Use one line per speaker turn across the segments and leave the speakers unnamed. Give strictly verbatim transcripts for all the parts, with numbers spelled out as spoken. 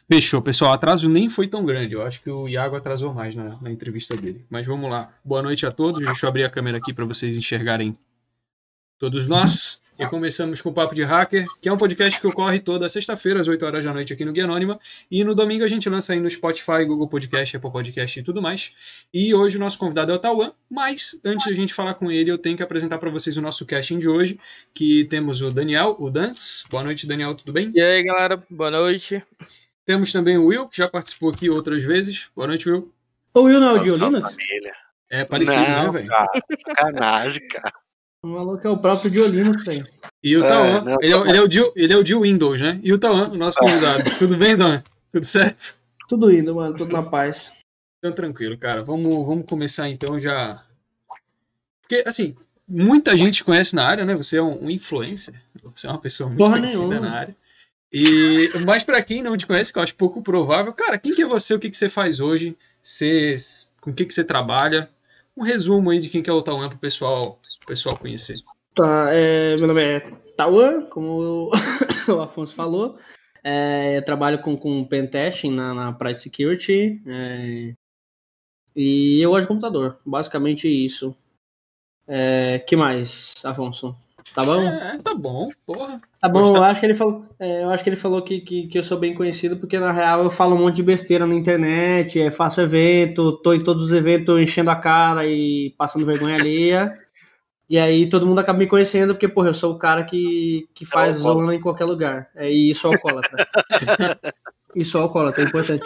Fechou, pessoal. O atraso nem foi tão grande. Eu acho que o Iago atrasou mais na, na entrevista dele. Mas vamos lá. Boa noite a todos. Deixa eu abrir a câmera aqui para vocês enxergarem todos nós. E começamos com o Papo de Hacker, que é um podcast que ocorre toda sexta-feira, às oito horas da noite, aqui no Guia Anônima. E no domingo a gente lança aí no Spotify, Google Podcast, Apple Podcast e tudo mais. E hoje o nosso convidado é o Tauan, mas antes de a gente falar com ele, eu tenho que apresentar para vocês o nosso casting de hoje, que temos o Daniel, o Dantes. Boa noite, Daniel, tudo bem?
E aí, galera, boa noite.
Temos também o Will, que já participou aqui outras vezes. Boa noite, Will.
O Will não é o de Linux?
É parecido,
não,
né, velho?
Sacanagem, cara.
O maluco é o próprio de Linux, velho.
E o
É,
Tauan,
não,
ele, é, ele, é o de, ele é o de Windows, né? E o Tauan, o nosso convidado. Tudo bem, Tauan? Tudo certo?
Tudo indo, mano, tudo na paz.
Então, tranquilo, cara. Vamos, vamos começar então já. Porque, assim, muita gente te conhece na área, né? Você é um, um influencer. Você é uma pessoa muito
Porra
conhecida
nenhuma.
na área. E, mas pra quem não te conhece, que eu acho pouco provável, cara, quem que é você? O que, que você faz hoje? Você, com o que, que você trabalha? Um resumo aí de quem que é o Tauan pro pessoal, pro pessoal conhecer.
Tá, é, meu nome é Tauan, como o Afonso falou. É, eu trabalho com, com pentesting na, na Pride Security. É, e eu gosto de computador. Basicamente isso. É, que mais, Afonso? Tá bom?
É, tá bom, porra.
Tá bom,
Gostar.
eu acho que ele falou, é, eu acho que ele falou que, que, que eu sou bem conhecido, porque na real eu falo um monte de besteira na internet, é, faço evento, tô em todos os eventos enchendo a cara e passando vergonha alheia. E aí todo mundo acaba me conhecendo, porque, porra, eu sou o cara que, que faz zona em qualquer lugar. É, e sou alcoólatra. E sou alcoólatra, é importante.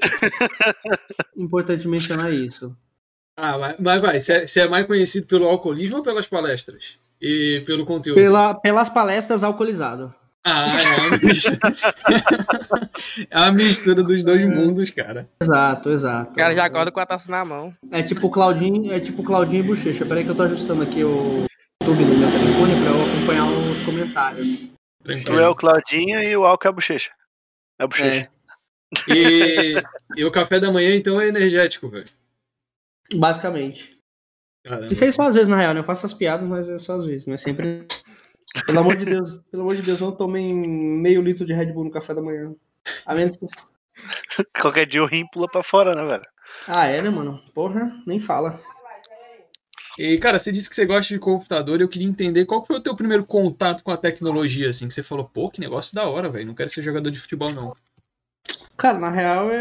Importante mencionar isso.
Ah, mas, mas vai, você é, você é mais conhecido pelo alcoolismo ou pelas palestras? E pelo conteúdo?
Pela, pelas palestras, alcoolizado.
Ah, é uma mistura. É uma mistura dos dois mundos, cara.
Exato, exato.
O cara já acorda com a taça na mão.
É tipo o Claudinho, é tipo Claudinho e Bochecha. Peraí que eu tô ajustando aqui o YouTube do meu telefone pra eu acompanhar os comentários.
Tu é o Claudinho e o Alco é a Bochecha. É a Bochecha.
É,
E, e o café da manhã, então, é energético, velho.
basicamente.
Caramba.
Isso aí só às vezes, na real, né? Eu faço essas piadas, mas é só às vezes, não é sempre. Pelo amor de Deus, pelo amor de Deus, eu não tomei meio litro de Red Bull no café da manhã. A menos que.
Qualquer dia o rim pula pra fora, né, velho?
Ah, é, né, mano? Porra, nem fala.
E, cara, você disse que você gosta de computador e eu queria entender qual foi o teu primeiro contato com a tecnologia, assim, que você falou, pô, que negócio da hora, velho, não quero ser jogador de futebol, não.
Cara, na real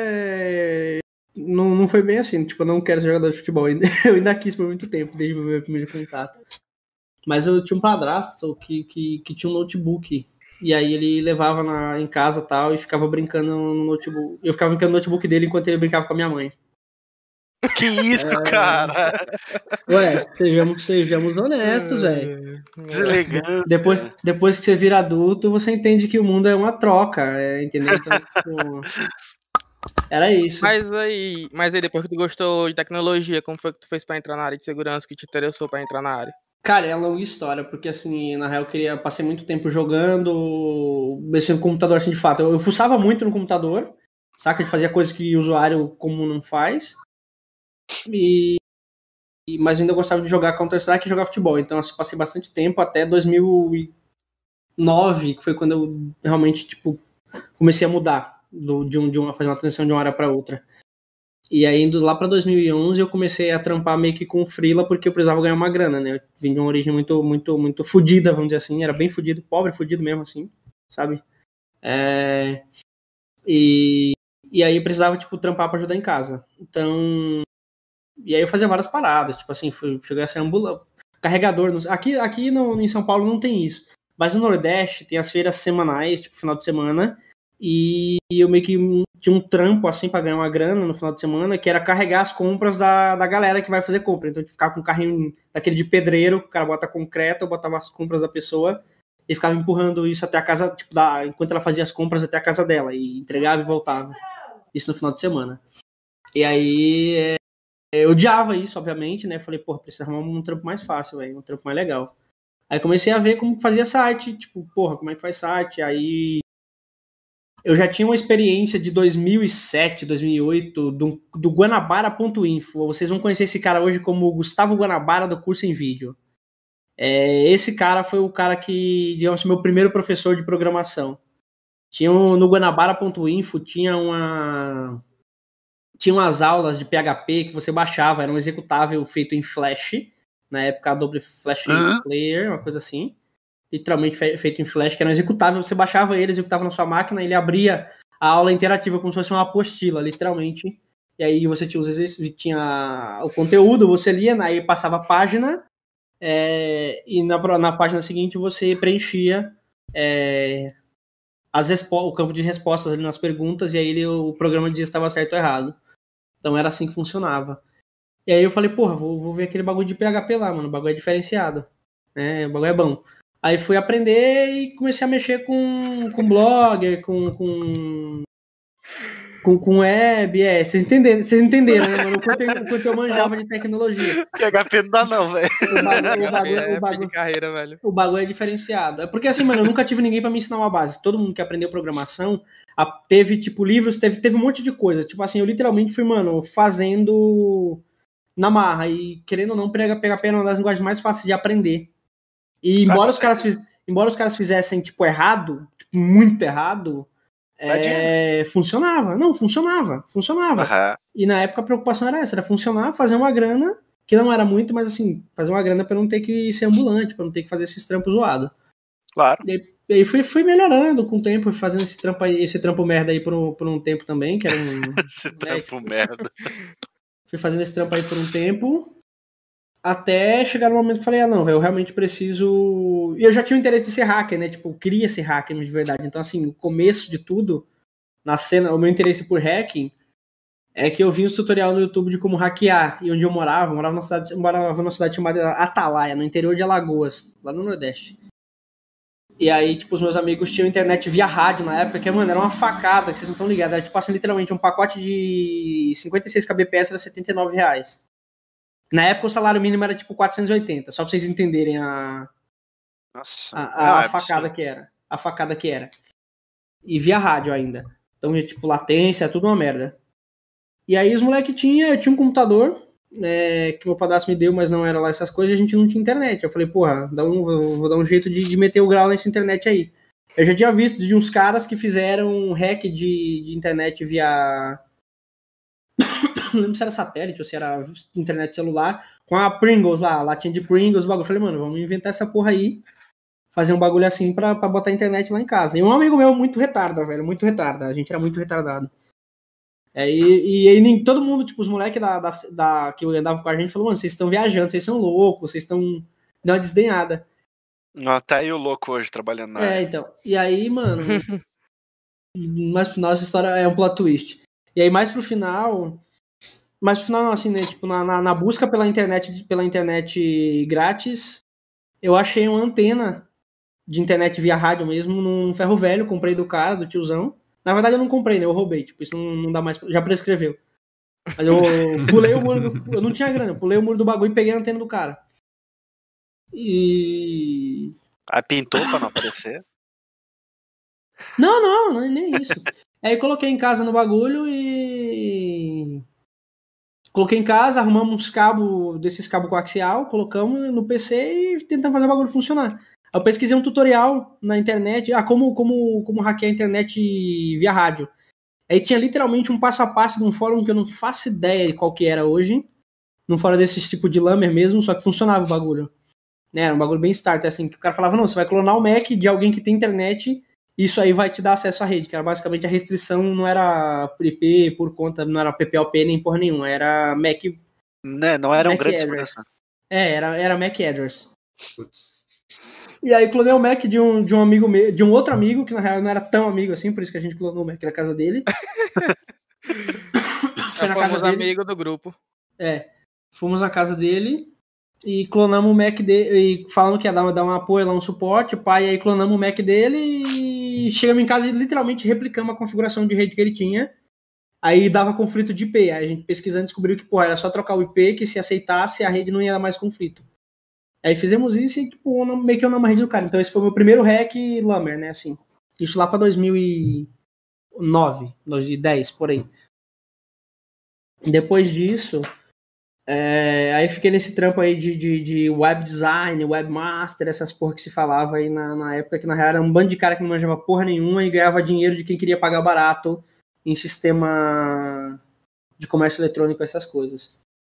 é. Não, não foi bem assim, tipo, eu não quero ser jogador de futebol. Eu ainda quis por muito tempo, desde o meu primeiro contato. Mas eu tinha um padrasto que, que, que tinha um notebook. E aí ele levava na, em casa e tal, e ficava brincando no notebook. Eu ficava brincando no notebook dele enquanto ele brincava com a minha mãe.
Que isso,
É...
cara?
Ué, sejamos, sejamos honestos, velho.
Deselegância.
Depois, depois que você vira adulto, você entende que o mundo é uma troca, é, entendeu? Então, tipo, era isso.
Mas aí, mas aí, depois que tu gostou de tecnologia, como foi que tu fez pra entrar na área de segurança, que te interessou pra entrar na área?
Cara, é uma longa história, porque assim, na real eu queria, passei muito tempo jogando, mexendo no computador assim de fato. Eu, eu fuçava muito no computador, saca? De fazia coisas que o usuário comum não faz. E, e, mas eu ainda gostava de jogar Counter-Strike e jogar futebol. Então, assim, passei bastante tempo até dois mil e nove, que foi quando eu realmente, tipo, comecei a mudar do, de, um, de uma, fazer uma transição de uma área para outra. E aí, indo lá para dois mil e onze, eu comecei a trampar meio que com freela, porque eu precisava ganhar uma grana, né? Eu vim de uma origem muito, muito, muito fodida, vamos dizer assim. Era bem fodido, pobre, fodido mesmo, assim, sabe? É... E, e aí eu precisava, tipo, trampar para ajudar em casa. Então... E aí eu fazia várias paradas, tipo assim, fui, cheguei a ser ambulante, carregador. No, aqui aqui no, em São Paulo não tem isso. Mas no Nordeste tem as feiras semanais, tipo, final de semana. E eu meio que tinha um trampo, assim, pra ganhar uma grana no final de semana, que era carregar as compras da, da galera que vai fazer compra. Então, eu ficava com um carrinho daquele de pedreiro, que o cara bota concreto, eu botava as compras da pessoa e ficava empurrando isso até a casa, tipo, da, enquanto ela fazia as compras até a casa dela, e entregava e voltava. Isso no final de semana. E aí, é, eu odiava isso, obviamente, né? Falei, porra, preciso arrumar um trampo mais fácil, velho, um trampo mais legal. Aí comecei a ver como fazia site, tipo, porra, como é que faz site, aí... Eu já tinha uma experiência de dois mil e sete, dois mil e oito, do, do Guanabara ponto info. Vocês vão conhecer esse cara hoje como Gustavo Guanabara, do curso em vídeo. É, esse cara foi o cara que, digamos, meu primeiro professor de programação. Tinha um, no Guanabara ponto info tinha uma tinha umas aulas de P H P que você baixava, era um executável feito em Flash, na época Adobe Flash
Uhum.
Player, uma coisa assim, literalmente fe- feito em Flash, que era um executável, você baixava ele, executava na sua máquina, ele abria a aula interativa como se fosse uma apostila, literalmente, e aí você tinha os exercícios, tinha o conteúdo, você lia, aí passava a página, é, e na, pro- na página seguinte você preenchia é, as respo- o campo de respostas ali nas perguntas, e aí ele, o programa dizia se estava certo ou errado. Então era assim que funcionava. E aí eu falei, porra, vou, vou ver aquele bagulho de P H P lá, mano. O bagulho é diferenciado. Né? O bagulho é bom. Aí fui aprender e comecei a mexer com, com blogger, com, com, com, com web. É, vocês entenderam, vocês entenderam, né, mano? O quanto, eu- o quanto eu manjava de tecnologia.
P H P não dá não, velho.
O bagulho, o
H P
bagulho,
é
o
fim
bagulho,
de carreira, velho.
o bagulho é diferenciado. É porque assim, mano, eu nunca tive ninguém pra me ensinar uma base. Todo mundo que aprendeu programação a- teve, tipo, livros, teve, teve um monte de coisa. Tipo assim, eu literalmente fui, mano, fazendo na marra. E querendo ou não, P H P é uma das linguagens mais fáceis de aprender. E embora,
Ah,
os, caras fiz, embora os caras fizessem, tipo, errado, tipo, muito errado, é, funcionava. Não, funcionava. Funcionava.
Uhum.
E na época a preocupação era essa, era funcionar, fazer uma grana, que não era muito, mas assim, fazer uma grana pra não ter que ser ambulante, pra não ter que fazer esses trampos zoados.
Claro.
E aí, e aí fui, fui melhorando com o tempo, fui fazendo esse trampo aí, esse trampo merda aí por um, por um tempo também, que era um.
Esse
né,
trampo
tipo,
merda.
fui fazendo esse trampo aí por um tempo, até chegar no momento que eu falei, ah não, velho, eu realmente preciso. E eu já tinha o interesse de ser hacker, né? Tipo, eu queria ser hacker de verdade. Então, assim, o começo de tudo, na cena, o meu interesse por hacking é que eu vi uns tutorial no YouTube de como hackear. E onde eu morava, eu morava numa cidade, eu morava numa cidade chamada Atalaia, no interior de Alagoas, lá no Nordeste. E aí, tipo, os meus amigos tinham internet via rádio na época, que, mano, era uma facada, que vocês não estão ligados. Era, tipo, assim, literalmente, um pacote de cinquenta e seis kbps era setenta e nove reais. Na época, o salário mínimo era, tipo, quatrocentos e oitenta, só pra vocês entenderem a,
Nossa.
a,
Não,
a,
é
a facada
absurdo.
que era. A facada que era. E via rádio ainda. Então, tipo, latência, tudo uma merda. E aí, os moleques tinham, eu tinha um computador, né, que meu padrasto me deu, mas não era lá essas coisas, a gente não tinha internet. Eu falei, porra, dá um, vou dar um jeito de, de meter o grau nessa internet aí. Eu já tinha visto de uns caras que fizeram um hack de, de internet via. Não lembro se era satélite ou se era internet celular, com a Pringles lá, a latinha de Pringles, o bagulho. Eu falei, mano, vamos inventar essa porra aí, fazer um bagulho assim pra, pra botar a internet lá em casa. E um amigo meu muito retarda, velho, muito retarda. A gente era muito retardado. É, e, e aí nem, todo mundo, tipo, os moleques da, da, da, que andavam com a gente falou, mano, vocês estão viajando, vocês são loucos, vocês estão dando uma desdenhada.
Não, tá aí o louco hoje trabalhando na
É,
área.
então. E aí, mano, mais pro final essa história é um plot twist. E aí, mais pro final. Mais pro final, não, assim, né? Tipo, na, na, na busca pela internet, pela internet grátis, eu achei uma antena de internet via rádio mesmo num ferro velho, comprei do cara, do tiozão. Na verdade, eu não comprei, né? Eu roubei, tipo, isso não, não dá mais. Já prescreveu. Mas eu pulei o muro do, eu não tinha grana, eu pulei o muro do bagulho e peguei a antena do cara. E.
Aí pintou pra não aparecer.
Não, não, não, nem isso. Aí coloquei em casa no bagulho e. Coloquei em casa, arrumamos uns cabos, desses cabos coaxial, colocamos no P C e tentamos fazer o bagulho funcionar. Aí eu pesquisei um tutorial na internet, ah, como, como, como hackear a internet via rádio. Aí tinha literalmente um passo a passo de um fórum que eu não faço ideia de qual que era hoje. Num fórum desse tipo de Lamer mesmo, só que funcionava o bagulho. Né, era um bagulho bem start, assim, que o cara falava, não, você vai clonar o Mac de alguém que tem internet, isso aí vai te dar acesso à rede, que era basicamente a restrição, não era por I P, por conta, não era P P O P nem porra nenhuma, era Mac...
Né? Não era um
Mac
grande
address.
segurança.
É, era, era Mac address.
Putz.
E aí clonei o Mac de um, de um amigo meu, de um outro amigo, que na real não era tão amigo assim, por isso que a gente clonou o Mac da casa dele. Foi na casa dele.
Amigo do grupo.
É, fomos na casa dele e clonamos o Mac dele, e falando que ia dar, dar um apoio lá, um suporte, pai, e aí clonamos o Mac dele e chegamos em casa e literalmente replicamos a configuração de rede que ele tinha. Aí dava conflito de I P, aí a gente pesquisando descobriu que, porra, era só trocar o I P, que se aceitasse a rede não ia dar mais conflito. Aí fizemos isso e, tipo, meio que eu não rede do cara. Então esse foi o meu primeiro hack Lamer, né, assim. Isso lá pra dois mil e nove, dois mil e dez, por aí. Depois disso, É, aí fiquei nesse trampo aí de, de, de web design, webmaster, essas porra que se falava aí na, na época, que na real era um bando de cara que não manjava porra nenhuma e ganhava dinheiro de quem queria pagar barato em sistema de comércio eletrônico, essas coisas.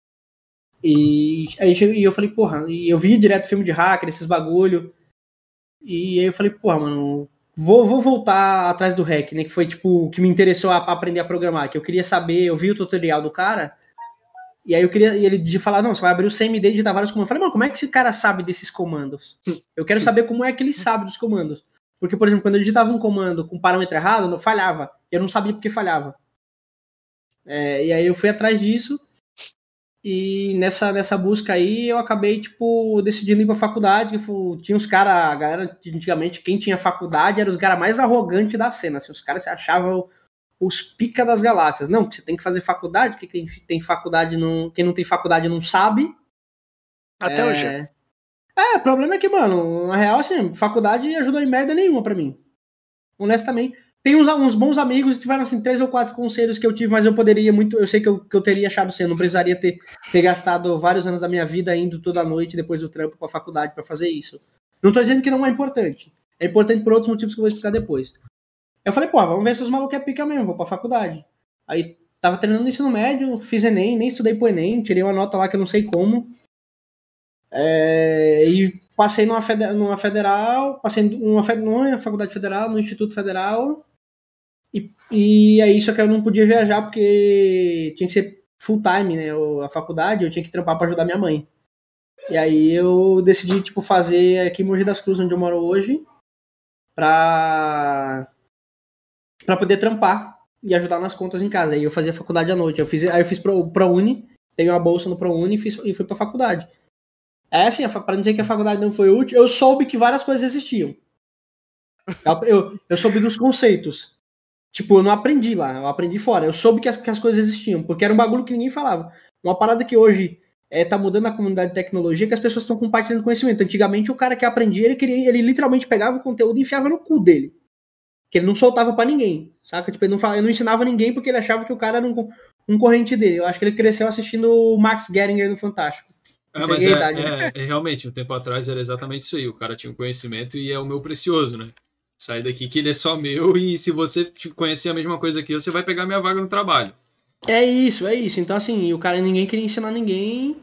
E aí e eu falei, porra, e eu via direto filme de hacker, esses bagulho, e aí eu falei, porra, mano, vou, vou voltar atrás do hack, né, que foi tipo, que me interessou a, a aprender a programar, que eu queria saber, eu vi o tutorial do cara. E aí eu queria, e ele de falar, não, você vai abrir o C M D e digitar vários comandos. Eu falei, mano, como é que esse cara sabe desses comandos? Eu quero saber como é que ele sabe dos comandos. Porque, por exemplo, quando eu digitava um comando com parâmetro errado, não falhava. Eu não sabia porque falhava. É, e aí eu fui atrás disso. E nessa, nessa busca aí, eu acabei, tipo, decidindo ir pra faculdade. Tipo, tinha uns caras, a galera, antigamente, quem tinha faculdade eram os caras mais arrogantes da cena. Assim, os caras se achavam os pica das galáxias. Não, você tem que fazer faculdade, porque quem tem faculdade não, quem não tem faculdade não sabe.
Até
é...
hoje.
É, o problema é que, mano, na real, assim, faculdade ajudou em merda nenhuma pra mim. Honestamente. Tem uns, uns bons amigos, tiveram, assim, três ou quatro conselhos que eu tive, mas eu poderia muito, eu sei que eu, que eu teria achado assim, eu não precisaria ter, ter gastado vários anos da minha vida indo toda noite depois do trampo pra faculdade pra fazer isso. Não tô dizendo que não é importante. É importante por outros motivos que eu vou explicar depois. Eu falei, pô, vamos ver se os malucos é pica mesmo, vou pra faculdade. Aí tava treinando no ensino médio, fiz Enem, nem estudei pro Enem, tirei uma nota lá que eu não sei como. É, e passei numa, feder, numa federal, passei numa, numa faculdade federal, no Instituto Federal. E, e aí, só que eu não podia viajar porque tinha que ser full time, né? A faculdade, eu tinha que trampar pra ajudar minha mãe. E aí eu decidi, tipo, fazer aqui em Mogi das Cruzes, onde eu moro hoje, pra... pra poder trampar e ajudar nas contas em casa. Aí eu fazia faculdade à noite. Eu fiz, aí eu fiz pro, ProUni, peguei uma bolsa no ProUni e, fiz, e fui pra faculdade. É assim, pra não dizer que a faculdade não foi útil, eu soube que várias coisas existiam. Eu, eu, eu soube dos conceitos. Tipo, eu não aprendi lá, eu aprendi fora. Eu soube que as, que as coisas existiam, porque era um bagulho que ninguém falava. Uma parada que hoje é, tá mudando a comunidade de tecnologia, que as pessoas estão compartilhando conhecimento. Antigamente, o cara que aprendia, ele, queria, ele literalmente pegava o conteúdo e enfiava no cu dele. Que ele não soltava pra ninguém, saca? Tipo, ele não, falava, ele não ensinava ninguém porque ele achava que o cara era um, um corrente dele. Eu acho que ele cresceu assistindo o Max Geringer no Fantástico.
É, mas é, idade, é, né? é, realmente, um tempo atrás era exatamente isso aí. O cara tinha um conhecimento e é o meu precioso, né? Sai daqui que ele é só meu e se você conhecer a mesma coisa que eu, você vai pegar minha vaga no trabalho.
É isso, é isso. Então, assim, o cara, ninguém queria ensinar ninguém.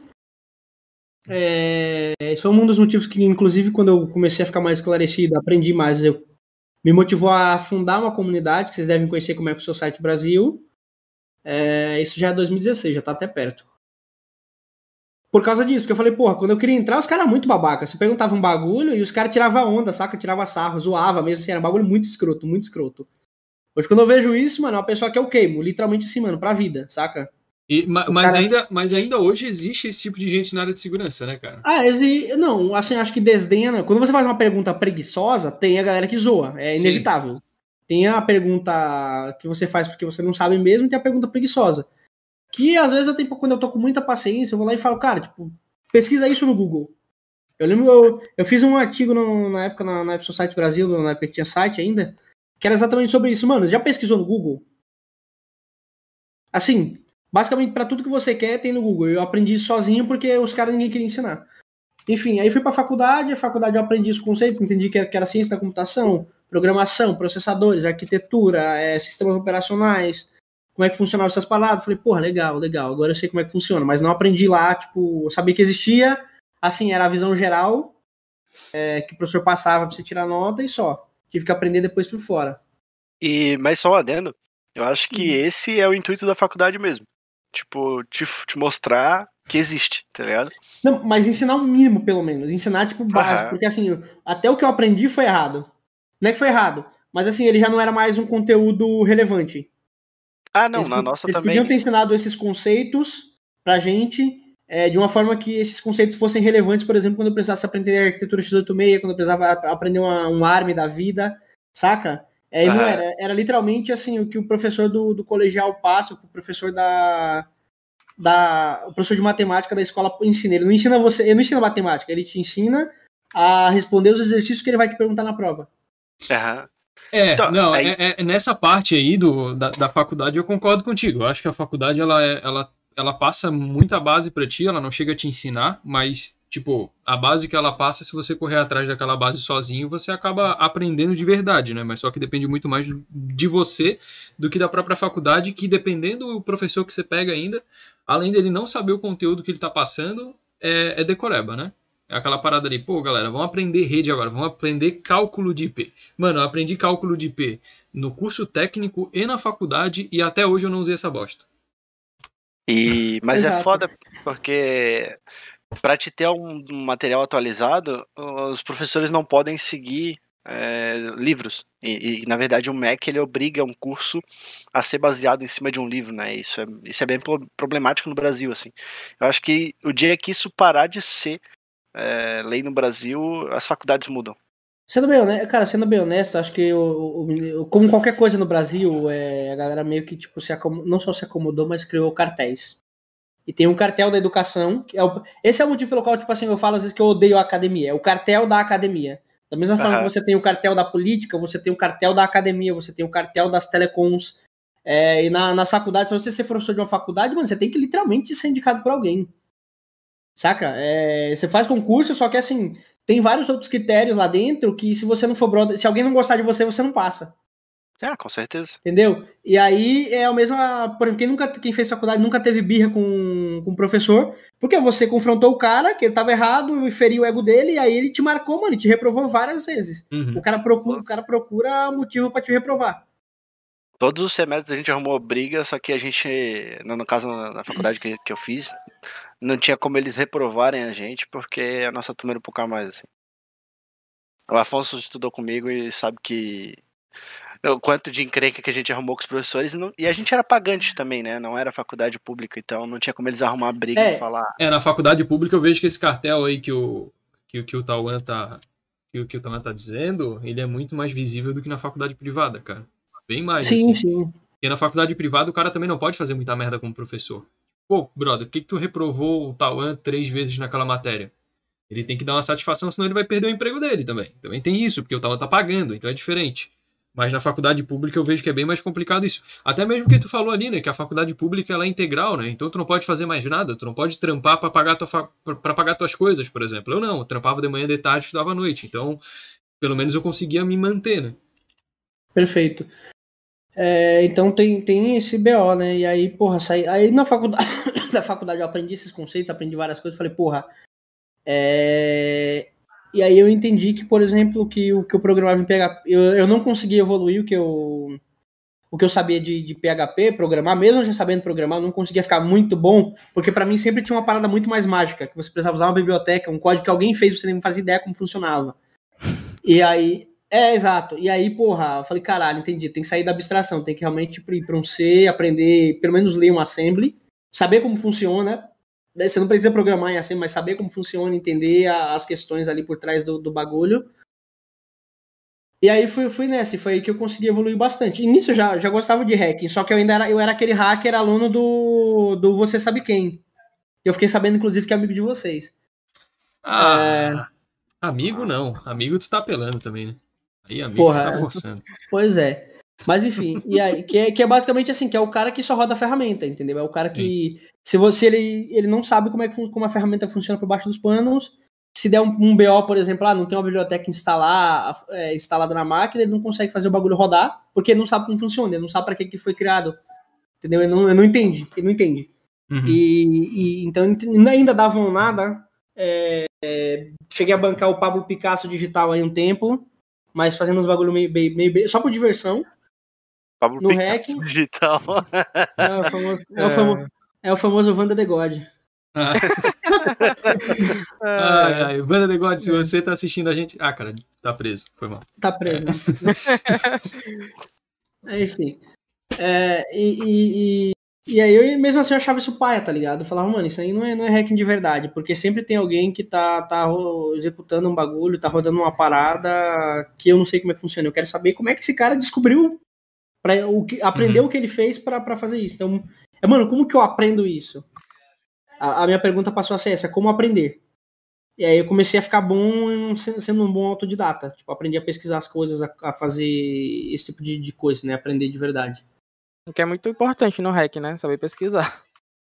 É, esse foi um dos motivos que, inclusive, quando eu comecei a ficar mais esclarecido, aprendi mais, eu me motivou a fundar uma comunidade, que vocês devem conhecer como é o Society Brasil. É, isso já é dois mil e dezesseis, já tá até perto. Por causa disso, porque eu falei, porra, quando eu queria entrar, os caras eram muito babaca. Você perguntava um bagulho e os caras tiravam onda, saca? Tirava sarro, zoava mesmo, assim, era um bagulho muito escroto, muito escroto. Hoje, quando eu vejo isso, mano, é uma pessoa que eu queimo, literalmente assim, mano, pra vida, saca?
E, ma, mas, cara... ainda, mas ainda hoje existe esse tipo de gente na área de segurança, né, cara?
Ah, exi... não, assim, acho que desdenha, né? Quando você faz uma pergunta preguiçosa, tem a galera que zoa, é inevitável. Sim. Tem a pergunta que você faz porque você não sabe mesmo e tem a pergunta preguiçosa. Que às vezes eu tenho, quando eu tô com muita paciência, eu vou lá e falo, cara, tipo, pesquisa isso no Google. Eu lembro, eu, eu fiz um artigo no, na época na, na F-Society Brasil, na época que tinha site ainda, que era exatamente sobre isso. Mano, já pesquisou no Google? Assim, basicamente para tudo que você quer tem no Google. Eu aprendi isso sozinho porque os caras ninguém queria ensinar. Enfim, aí fui pra faculdade, a faculdade eu aprendi os conceitos, entendi que era, que era ciência da computação, programação, processadores, arquitetura, é, sistemas operacionais, como é que funcionavam essas palavras. Falei, porra, legal, legal, agora eu sei como é que funciona, mas não aprendi lá, tipo, eu sabia que existia, assim, era a visão geral, é, que o professor passava pra você tirar nota e só. Tive que aprender depois por fora.
E, mas só um adendo, eu acho que hum. esse é o intuito da faculdade mesmo. Tipo, te, te mostrar que existe, tá ligado?
Não, mas ensinar o mínimo, pelo menos. Ensinar, tipo, básico. Uhum. Porque, assim, até o que eu aprendi foi errado. Não é que foi errado, mas, assim, ele já não era mais um conteúdo relevante.
Ah, não,
eles,
na nossa
eles
também.
Eles podiam ter ensinado esses conceitos pra gente é, de uma forma que esses conceitos fossem relevantes, por exemplo, quando eu precisasse aprender a arquitetura x oitenta e seis, quando eu precisava aprender uma, um A R M da vida, saca? É, uhum. Não era, era literalmente, assim, o que o professor do, do colegial passa, o professor da... Da, o professor de matemática da escola ensina. Ele não ensina você, ele não ensina matemática, ele te ensina a responder os exercícios que ele vai te perguntar na prova.
Uhum.
É, então, não, aí... é, é, nessa parte aí do, da, da faculdade eu concordo contigo. Eu acho que a faculdade ela, é, ela ela passa muita base pra ti, ela não chega a te ensinar, mas, tipo, a base que ela passa, se você correr atrás daquela base sozinho, você acaba aprendendo de verdade, né? Mas só que depende muito mais de você do que da própria faculdade, que dependendo do professor que você pega ainda, além dele não saber o conteúdo que ele tá passando, é, é decoreba, né? É aquela parada ali, pô, galera, vamos aprender rede agora, vamos aprender cálculo de I P. Mano, eu aprendi cálculo de I P no curso técnico e na faculdade, e até hoje eu não usei essa bosta.
E, mas
Exato.
é foda porque para te ter um, um material atualizado, os professores não podem seguir é, livros. E, e, na verdade, o M E C ele obriga um curso a ser baseado em cima de um livro, né? Isso é, isso é bem problemático no Brasil, assim. Eu acho que o dia que isso parar de ser é, lei no Brasil, as faculdades mudam.
Sendo bem honesto, cara, sendo bem honesto, acho que o, o, como qualquer coisa no Brasil, é, a galera meio que tipo, se acom... não só se acomodou, mas criou cartéis. E tem um cartel da educação, que é o... esse é o motivo pelo qual, tipo assim, eu falo às vezes que eu odeio a academia, é o cartel da academia. Da mesma forma
Aham.
que você tem o cartel da política, você tem o cartel da academia, você tem o cartel das telecoms. É, e na, nas faculdades, pra você ser professor de uma faculdade, mano, você tem que literalmente ser indicado por alguém. Saca? É, você faz concurso, só que assim, tem vários outros critérios lá dentro que se você não for brother, se alguém não gostar de você, você não passa.
Ah, com certeza.
Entendeu? E aí é o mesmo, por exemplo, quem, nunca, quem fez faculdade nunca teve birra com, com o professor, porque você confrontou o cara, que ele tava errado, e feriu o ego dele, e aí ele te marcou, mano, e te reprovou várias vezes.
Uhum.
O cara procura, o cara procura motivo pra te reprovar.
Todos os semestres a gente arrumou briga, só que a gente, no, no caso na, na faculdade que, que eu fiz, não tinha como eles reprovarem a gente, porque a nossa turma era um pouco a mais, assim. O Afonso estudou comigo e sabe que o quanto de encrenca que a gente arrumou com os professores, e, não, e a gente era pagante também, né? Não era faculdade pública, então não tinha como eles arrumar briga
É.
e falar.
É, na faculdade pública eu vejo que esse cartel aí que o, que, que o Tauan tá, que, que o Tauan tá dizendo, ele é muito mais visível do que na faculdade privada, cara. Bem mais,
Sim,
assim.
sim.
Porque na faculdade privada o cara também não pode fazer muita merda como professor. Pô, brother, por que, que tu reprovou o Tauan três vezes naquela matéria? Ele tem que dar uma satisfação, senão ele vai perder o emprego dele também. Também tem isso, porque o Tauan tá pagando, então é diferente. Mas na faculdade pública eu vejo que é bem mais complicado isso. Até mesmo que tu falou ali, né? Que a faculdade pública ela é integral, né? Então tu não pode fazer mais nada. Tu não pode trampar para pagar, tua fa... pra pagar tuas coisas, por exemplo. Eu não. Eu trampava de manhã, de tarde, estudava à noite. Então, pelo menos eu conseguia me manter, né?
Perfeito. É, então tem, tem esse B O, né? E aí, porra, saí, aí na faculdade, na faculdade eu aprendi esses conceitos, aprendi várias coisas, falei, porra, é... e aí eu entendi que, por exemplo, que o que eu programava em P H P, eu, eu não conseguia evoluir o que eu, o que eu sabia de, de P H P, programar, mesmo já sabendo programar, eu não conseguia ficar muito bom, porque pra mim sempre tinha uma parada muito mais mágica, que você precisava usar uma biblioteca, um código que alguém fez, você nem fazia ideia como funcionava. E aí, é, exato. E aí, porra, eu falei, caralho, entendi, tem que sair da abstração, tem que realmente ir para um C, aprender, pelo menos ler um assembly, saber como funciona. Você não precisa programar em assembly, mas saber como funciona, entender a, as questões ali por trás do, do bagulho. E aí fui, fui nessa, e foi aí que eu consegui evoluir bastante. E nisso eu já, já gostava de hacking, só que eu ainda era, eu era aquele hacker aluno do, do Você Sabe Quem. Eu fiquei sabendo, inclusive, que é amigo de vocês.
Ah,
É...
amigo não. Amigo tu tá apelando também, né? Aí amigo
Porra,
tu tá forçando.
Pois é. Mas enfim, e aí, que, é, que é basicamente assim, que é o cara que só roda a ferramenta, entendeu? É o cara
Sim.
que, se você ele, ele não sabe como é que como a ferramenta funciona por baixo dos panos, se der um, um B O, por exemplo, ah, não tem uma biblioteca instalar, é, instalada na máquina, ele não consegue fazer o bagulho rodar, porque ele não sabe como funciona, ele não sabe para que, que foi criado, entendeu? Ele não, ele não entende, ele não entende.
Uhum.
E, e então ainda davam nada, é, é, cheguei a bancar o Pablo Picasso digital aí um tempo, mas fazendo uns bagulho meio, meio, meio só por diversão.
Pablo
No
Picasso
hack,
digital.
É o famoso, é o famoso, é o famoso Wanda the God.
Ah. Ai, ai, Wanda the God, se você tá assistindo a gente. Ah, cara, tá preso, foi mal.
Tá preso. É. Enfim. É, e, e, e aí eu mesmo assim eu achava isso paia, tá ligado? Eu falava, mano, isso aí não é, não é hacking de verdade, porque sempre tem alguém que tá, tá executando um bagulho, tá rodando uma parada que eu não sei como é que funciona. Eu quero saber como é que esse cara descobriu, pra, o que, aprendeu
Uhum.
o que ele fez pra, pra fazer isso. Então, é, mano, como que eu aprendo isso? A, a minha pergunta passou a ser essa, como aprender? E aí eu comecei a ficar bom sendo um bom autodidata. Tipo, aprendi a pesquisar as coisas, a, a fazer esse tipo de, de coisa, né? Aprender de verdade.
O que é muito importante no hack, né? Saber pesquisar.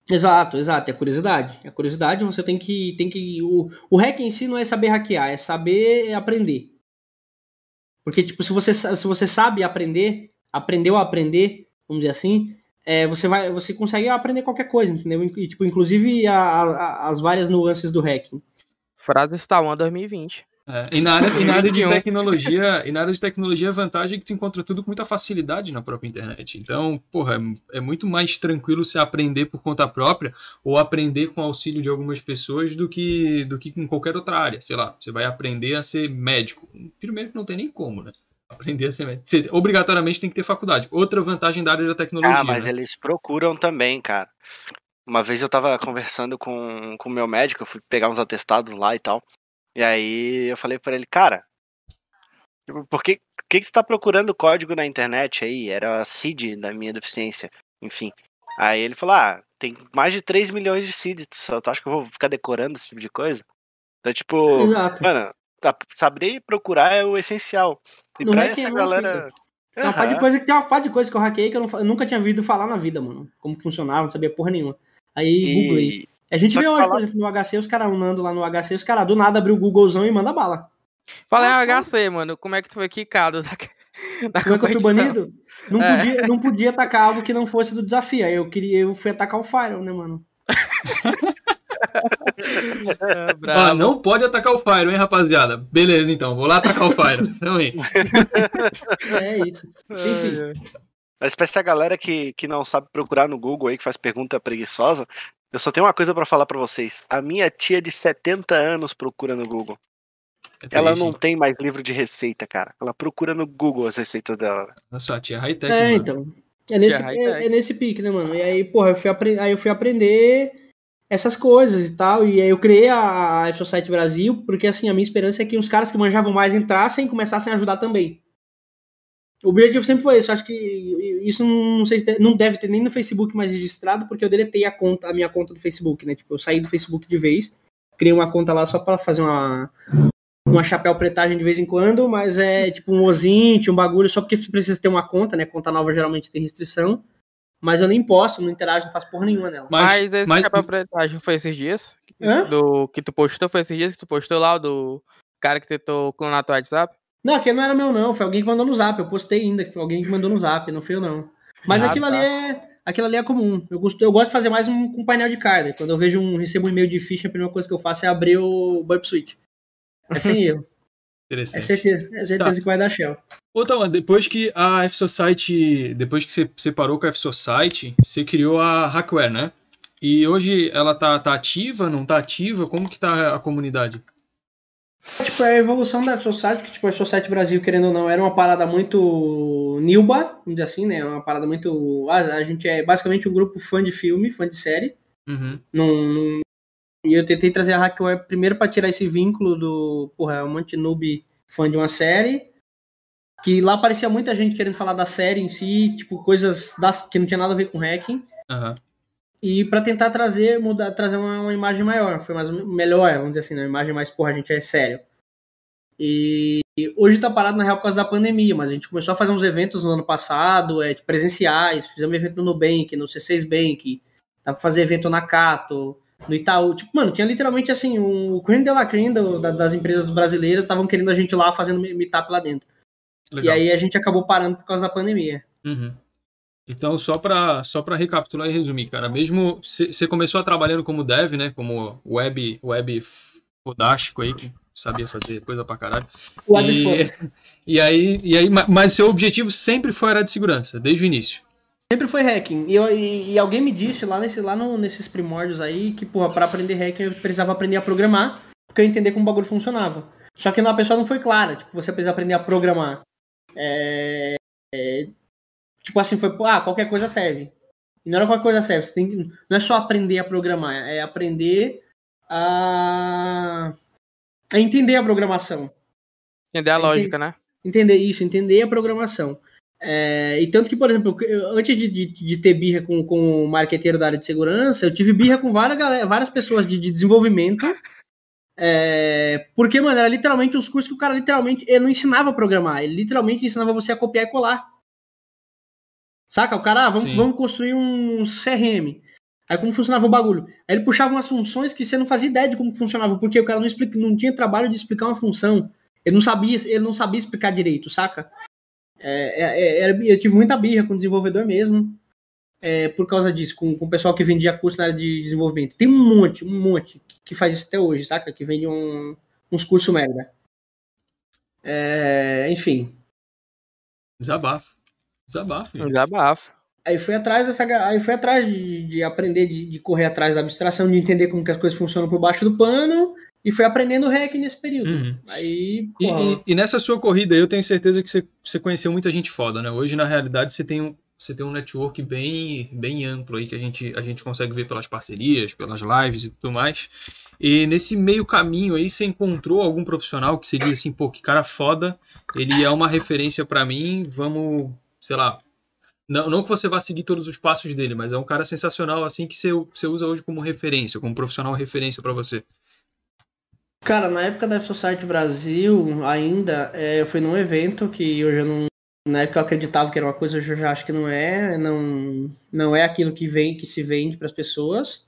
Exato, exato. É curiosidade. É curiosidade, você tem que. Tem que o, o hack em si não é saber hackear, é saber aprender. Porque, tipo, se você, se você sabe aprender, aprendeu a aprender, vamos dizer assim, é, você, vai, você consegue aprender qualquer coisa, entendeu? E, tipo, inclusive a, a, as várias nuances do hacking.
Frase Stalman dois mil e vinte.
É, e, na área, e na área de tecnologia, e na área de tecnologia, a vantagem é que tu encontra tudo com muita facilidade na própria internet. Então, porra, é, é muito mais tranquilo você aprender por conta própria ou aprender com auxílio de algumas pessoas do que, do que em qualquer outra área. Sei lá, você vai aprender a ser médico. Primeiro que não tem nem como, né? Aprender a ser médico. Você, obrigatoriamente tem que ter faculdade. Outra vantagem da área da tecnologia.
Ah, mas
né?
eles procuram também, cara. Uma vez eu tava conversando com o meu médico, eu fui pegar uns atestados lá e tal. E aí eu falei pra ele, cara, por que, que, que você tá procurando código na internet aí? Era a C I D da minha deficiência, enfim. Aí ele falou, ah, tem mais de três milhões de C I Ds, tu acha que eu vou ficar decorando esse tipo de coisa? Então, tipo,
Exato.
mano, saber procurar é o essencial. E
No
pra
hacking
essa
é uma
galera...
Tem uma parte de coisa que tem uma parte de coisa que eu hackei que eu, não, eu nunca tinha ouvido falar na vida, mano. Como funcionava, não sabia porra nenhuma. Aí,
E-
googlei. A gente
Só
vê
que
hoje,
falar-
por exemplo, no H C, os caras andando lá no H C, os caras do nada abriu o Googlezão e manda bala.
Falei
Ah,
H C, mano. Como é que tu foi quicado da, da
Como é que eu fui
competição?
banido? Não,
É.
podia, não podia atacar algo que não fosse do desafio. Aí eu queria, eu fui atacar o Fire, né, mano?
É,
Ah,
bravo.
não pode atacar o Fire, hein, rapaziada? Beleza, então. Vou lá atacar o Fire. Então, aí.
É isso. Enfim.
Ai, ai.
Mas pra essa galera que, que não sabe procurar no Google aí, que faz pergunta preguiçosa, eu só tenho uma coisa pra falar pra vocês. A minha tia de setenta anos procura no Google.
É
Ela
triste,
não
hein?
tem mais livro de receita, cara. Ela procura no Google as receitas dela.
Nossa, a tia high-tech,
É,
mano.
então. É nesse,
Tia
é,
high-tech.
é nesse pique, né, mano? E aí, porra, eu fui, apre- aí eu fui aprender essas coisas e tal. E aí eu criei a, a F-Society Brasil, porque assim, a minha esperança é que os caras que manjavam mais entrassem e começassem a ajudar também. O objetivo sempre foi esse. Eu acho que isso não sei se deve, não deve ter nem no Facebook mais registrado, porque eu deletei a conta, a minha conta do Facebook, né? Tipo, eu saí do Facebook de vez, criei uma conta lá só pra fazer uma, uma chapéu pretagem de vez em quando, mas é tipo um Ozint, um bagulho, só porque precisa ter uma conta, né? Conta nova geralmente tem restrição. Mas eu nem posto, não interajo, não faço porra nenhuma nela.
Mas,
Mas esse
mas,
chapéu pretagem foi esses dias?
Hã?
Do que tu postou? Foi esses dias que tu postou lá, o do cara que tentou clonar teu WhatsApp?
Não, aquele não era meu, não. Foi alguém que mandou no zap. Eu postei ainda. Foi alguém que mandou no zap, não fui eu, não. Mas
Ah,
aquilo
tá.
ali é. Aquilo ali é comum. Eu gosto, eu gosto de fazer mais um, com painel de carga. Quando eu vejo um, recebo um e-mail de ficha, a primeira coisa que eu faço é abrir o Burp Suite. É sem erro. É
interessante.
certeza, é certeza
Tá.
que vai dar shell.
Ô, Tauan, depois que a F-Society, depois que você separou com a F-Society, você criou a Hackware, né? E hoje ela tá, tá ativa, não tá ativa? Como que tá a comunidade?
Tipo, é a evolução da F-Society, que tipo, a F-Society Brasil, querendo ou não, era uma parada muito nilba, vamos dizer assim, né? Uma parada muito... Ah, a gente é basicamente um grupo fã de filme, fã de série.
Uhum.
Num, num... E eu tentei trazer a Hackware primeiro para tirar esse vínculo do, porra, um monte de noob fã de uma série, que lá aparecia muita gente querendo falar da série em si, tipo, coisas das, que não tinha nada a ver com hacking,
Uhum.
e para tentar trazer, mudar, trazer uma, uma imagem maior, foi mais melhor, vamos dizer assim, né? Uma imagem mais, porra, a gente é sério. E, e hoje tá parado na real por causa da pandemia, mas a gente começou a fazer uns eventos no ano passado, é, tipo, presenciais, fizemos evento no Nubank, no C seis Bank, dá pra fazer evento na Cato, no Itaú, tipo, mano, tinha literalmente assim, um, o creme de la creme do, da, das empresas brasileiras estavam querendo a gente lá fazendo meetup lá dentro.
Legal.
E aí a gente acabou parando por causa da pandemia.
Uhum. Então, só para só para recapitular e resumir, cara, mesmo você começou a trabalhando como dev, né, como web, web fodástico aí, que sabia fazer coisa pra caralho.
Web
E,
foda-se.
e aí, e aí, ma- mas seu objetivo sempre foi a área de segurança, desde o início.
Sempre foi hacking. E, eu- e- e alguém me disse lá, nesse, lá no- nesses primórdios aí que, porra, pra aprender hacking eu precisava aprender a programar, porque eu ia entender como o bagulho funcionava. Só que a pessoa não foi clara, tipo, você precisa aprender a programar. É, é, tipo assim, foi, ah, qualquer coisa serve. E não era qualquer coisa serve, você tem que, não é só aprender a programar, é aprender a, a entender a programação.
Entender a
Entendi.
lógica, né?
Entender isso, entender a programação. É, e tanto que, por exemplo, eu- antes de, de, de ter birra com, com o marqueteiro da área de segurança, eu tive birra com várias, galera, várias pessoas de, de desenvolvimento, é, porque, mano, era literalmente uns cursos que o cara literalmente, ele não ensinava a programar, ele literalmente ensinava você a copiar e colar. Saca? O cara, ah, vamos,
Sim.
vamos construir um C R M. Aí como funcionava o bagulho? Aí ele puxava umas funções que você não fazia ideia de como funcionava, porque o cara não, explica, não tinha trabalho de explicar uma função. Ele não sabia, ele não sabia explicar direito, saca? É, é, é, eu tive muita birra com o desenvolvedor mesmo, é, por causa disso, com, com o pessoal que vendia curso na área de desenvolvimento. Tem um monte, um monte que faz isso até hoje, saca? Que vende um, uns cursos merda. É, enfim.
Desabafo. Desabafo. gente.
Desabafo.
Aí fui atrás dessa, aí fui atrás de, de aprender, de, de correr atrás da abstração, de entender como que as coisas funcionam por baixo do pano, e fui aprendendo hack nesse período.
Uhum.
Aí,
E,
porra,
e- e nessa sua corrida aí, eu tenho certeza que você, você conheceu muita gente foda, né? Hoje, na realidade, você tem um, você tem um network bem, bem amplo aí que a gente, a gente consegue ver pelas parcerias, pelas lives e tudo mais. E nesse meio caminho aí, você encontrou algum profissional que você diz assim, pô, que cara foda, ele é uma referência pra mim, vamos, sei lá. Não, não que você vá seguir todos os passos dele, mas é um cara sensacional assim que você, você usa hoje como referência, como profissional referência pra você.
cara, na época da Society Brasil, ainda, é, eu fui num evento que hoje eu não. Na época eu acreditava que era uma coisa, hoje eu já acho que não é. Não, não é aquilo que vem, que se vende para as pessoas.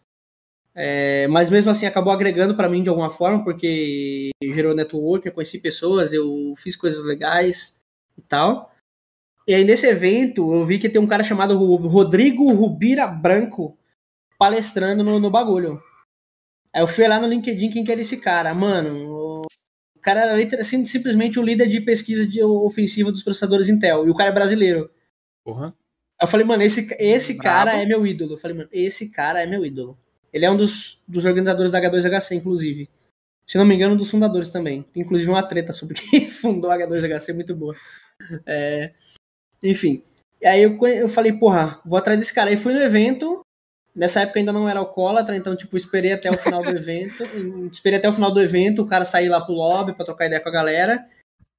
É, mas mesmo assim acabou agregando para mim de alguma forma, porque gerou network, eu conheci pessoas, eu fiz coisas legais e tal. E aí nesse evento eu vi que tem um cara chamado Rodrigo Rubira Branco palestrando no, no bagulho. Aí eu fui lá no LinkedIn, quem que era esse cara? Mano, o cara era liter- sim- simplesmente o líder de pesquisa de ofensiva dos processadores Intel. E o cara é brasileiro.
Porra.
Aí eu falei, mano, esse, esse
Brabo.
cara é meu ídolo. Eu falei, mano, esse cara é meu ídolo. Ele é um dos, dos organizadores da H dois H C, inclusive. Se não me engano, um dos fundadores também. Tem inclusive uma treta sobre quem fundou a H dois H C, muito boa. É, enfim. E aí eu, conhe- eu falei, porra, vou atrás desse cara. Aí fui no evento. Nessa época ainda não era alcoólatra, então, tipo, esperei até o final do evento. Esperei até o final do evento, o cara sair lá pro lobby pra trocar ideia com a galera.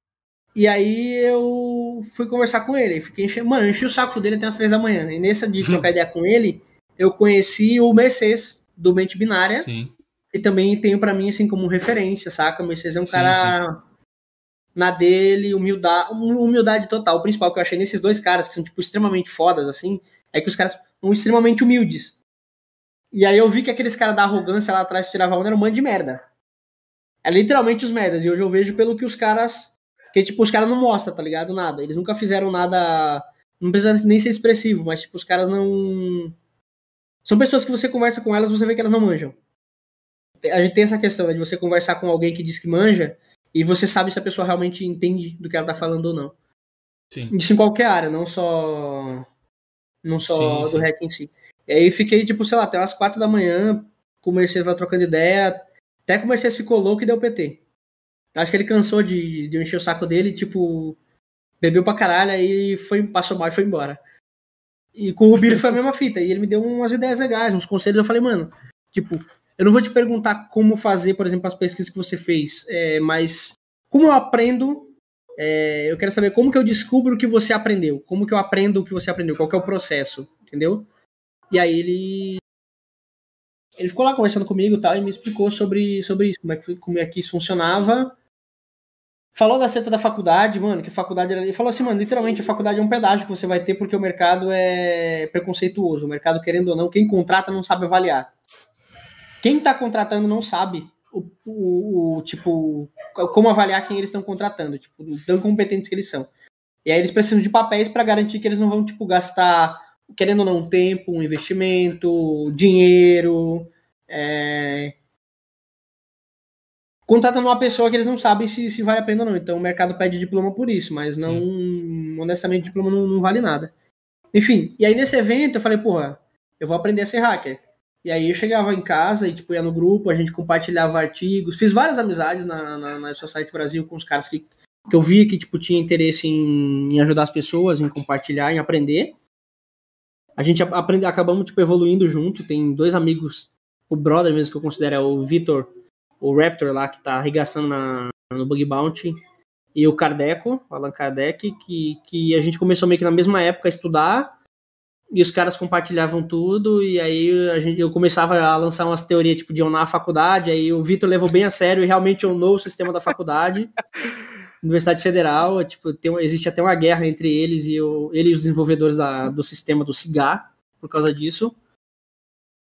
E aí eu fui conversar com ele. Fiquei enchendo, mano, eu enchi o saco dele até as três da manhã. E nessa de trocar ideia com ele, eu conheci o Mercedes, do Mente Binária.
Sim.
E também tenho pra mim, assim, como referência, saca? O Mercedes é um
Sim,
cara na dele, humildade, humildade total. O principal que eu achei nesses dois caras, que são, tipo, extremamente fodas, assim, é que os caras são extremamente humildes. E aí eu vi que aqueles caras da arrogância lá atrás que tiravam onda era um bando de merda. É literalmente os merdas. E hoje eu vejo pelo que os caras... Que, tipo, os caras não mostram, tá ligado? Nada. Eles nunca fizeram nada... Não precisa nem ser expressivo, mas, tipo, os caras não... São pessoas que você conversa com elas, você vê que elas não manjam. A gente tem essa questão, né, de você conversar com alguém que diz que manja e você sabe se a pessoa realmente entende do que ela tá falando ou não.
Sim.
Isso em qualquer área, não só... Não só
Sim,
do
sim.
hack em si. E aí fiquei, tipo, sei lá, até umas quatro da manhã com o Mercedes lá trocando ideia. Até que o Mercedes ficou louco e deu P T. Acho que ele cansou de, de eu encher o saco dele, tipo, bebeu pra caralho, aí foi, passou mal e foi embora. E com o Rubiro foi a mesma fita. E ele me deu umas ideias legais, uns conselhos. Eu falei, mano, tipo, eu não vou te perguntar como fazer, por exemplo, as pesquisas que você fez, é, mas como eu aprendo, é, eu quero saber como que eu descubro o que você aprendeu. Como que eu aprendo o que você aprendeu, qual que é o processo, entendeu? E aí ele ele ficou lá conversando comigo e tal, e me explicou sobre, sobre isso, como é, que, como é que isso funcionava. Falou da seta da faculdade, mano, que faculdade era... Ele falou assim, mano, literalmente a faculdade é um pedágio que você vai ter porque o mercado é preconceituoso. O mercado, querendo ou não, quem contrata não sabe avaliar. Quem tá contratando não sabe o, o, o tipo, como avaliar quem eles estão contratando, tipo, tão competentes que eles são. E aí eles precisam de papéis para garantir que eles não vão, tipo, gastar, querendo ou não, tempo, um investimento, dinheiro, é... contratando uma pessoa que eles não sabem se, se vale a pena ou não. Então o mercado pede diploma por isso, mas não, Sim. honestamente, diploma não, não vale nada. Enfim, e aí nesse evento eu falei, porra, eu vou aprender a ser hacker. E aí eu chegava em casa e, tipo, ia no grupo, a gente compartilhava artigos, fiz várias amizades na, na, na Society Brasil com os caras que que eu via que, tipo, tinha interesse em, em ajudar as pessoas, em compartilhar, em aprender. A gente aprende, acabamos, tipo, evoluindo junto. Tem dois amigos, o brother mesmo que eu considero é o Vitor, o Raptor lá, que tá arregaçando na, no Bug Bounty, e o Kardeco, o Allan Kardec, que, que a gente começou meio que na mesma época a estudar, e os caras compartilhavam tudo, e aí a gente, eu começava a lançar umas teorias, tipo, de onar a faculdade, aí o Vitor levou bem a sério e realmente onou o sistema da faculdade. Universidade Federal, tipo, tem, existe até uma guerra entre eles e, o, ele e os desenvolvedores da, do sistema do C I G A, por causa disso.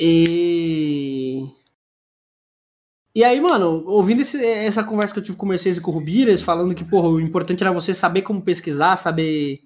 E... E aí, mano, ouvindo esse, essa conversa que eu tive com o Mercedes e com o Rubiras, falando que, porra, o importante era você saber como pesquisar, saber...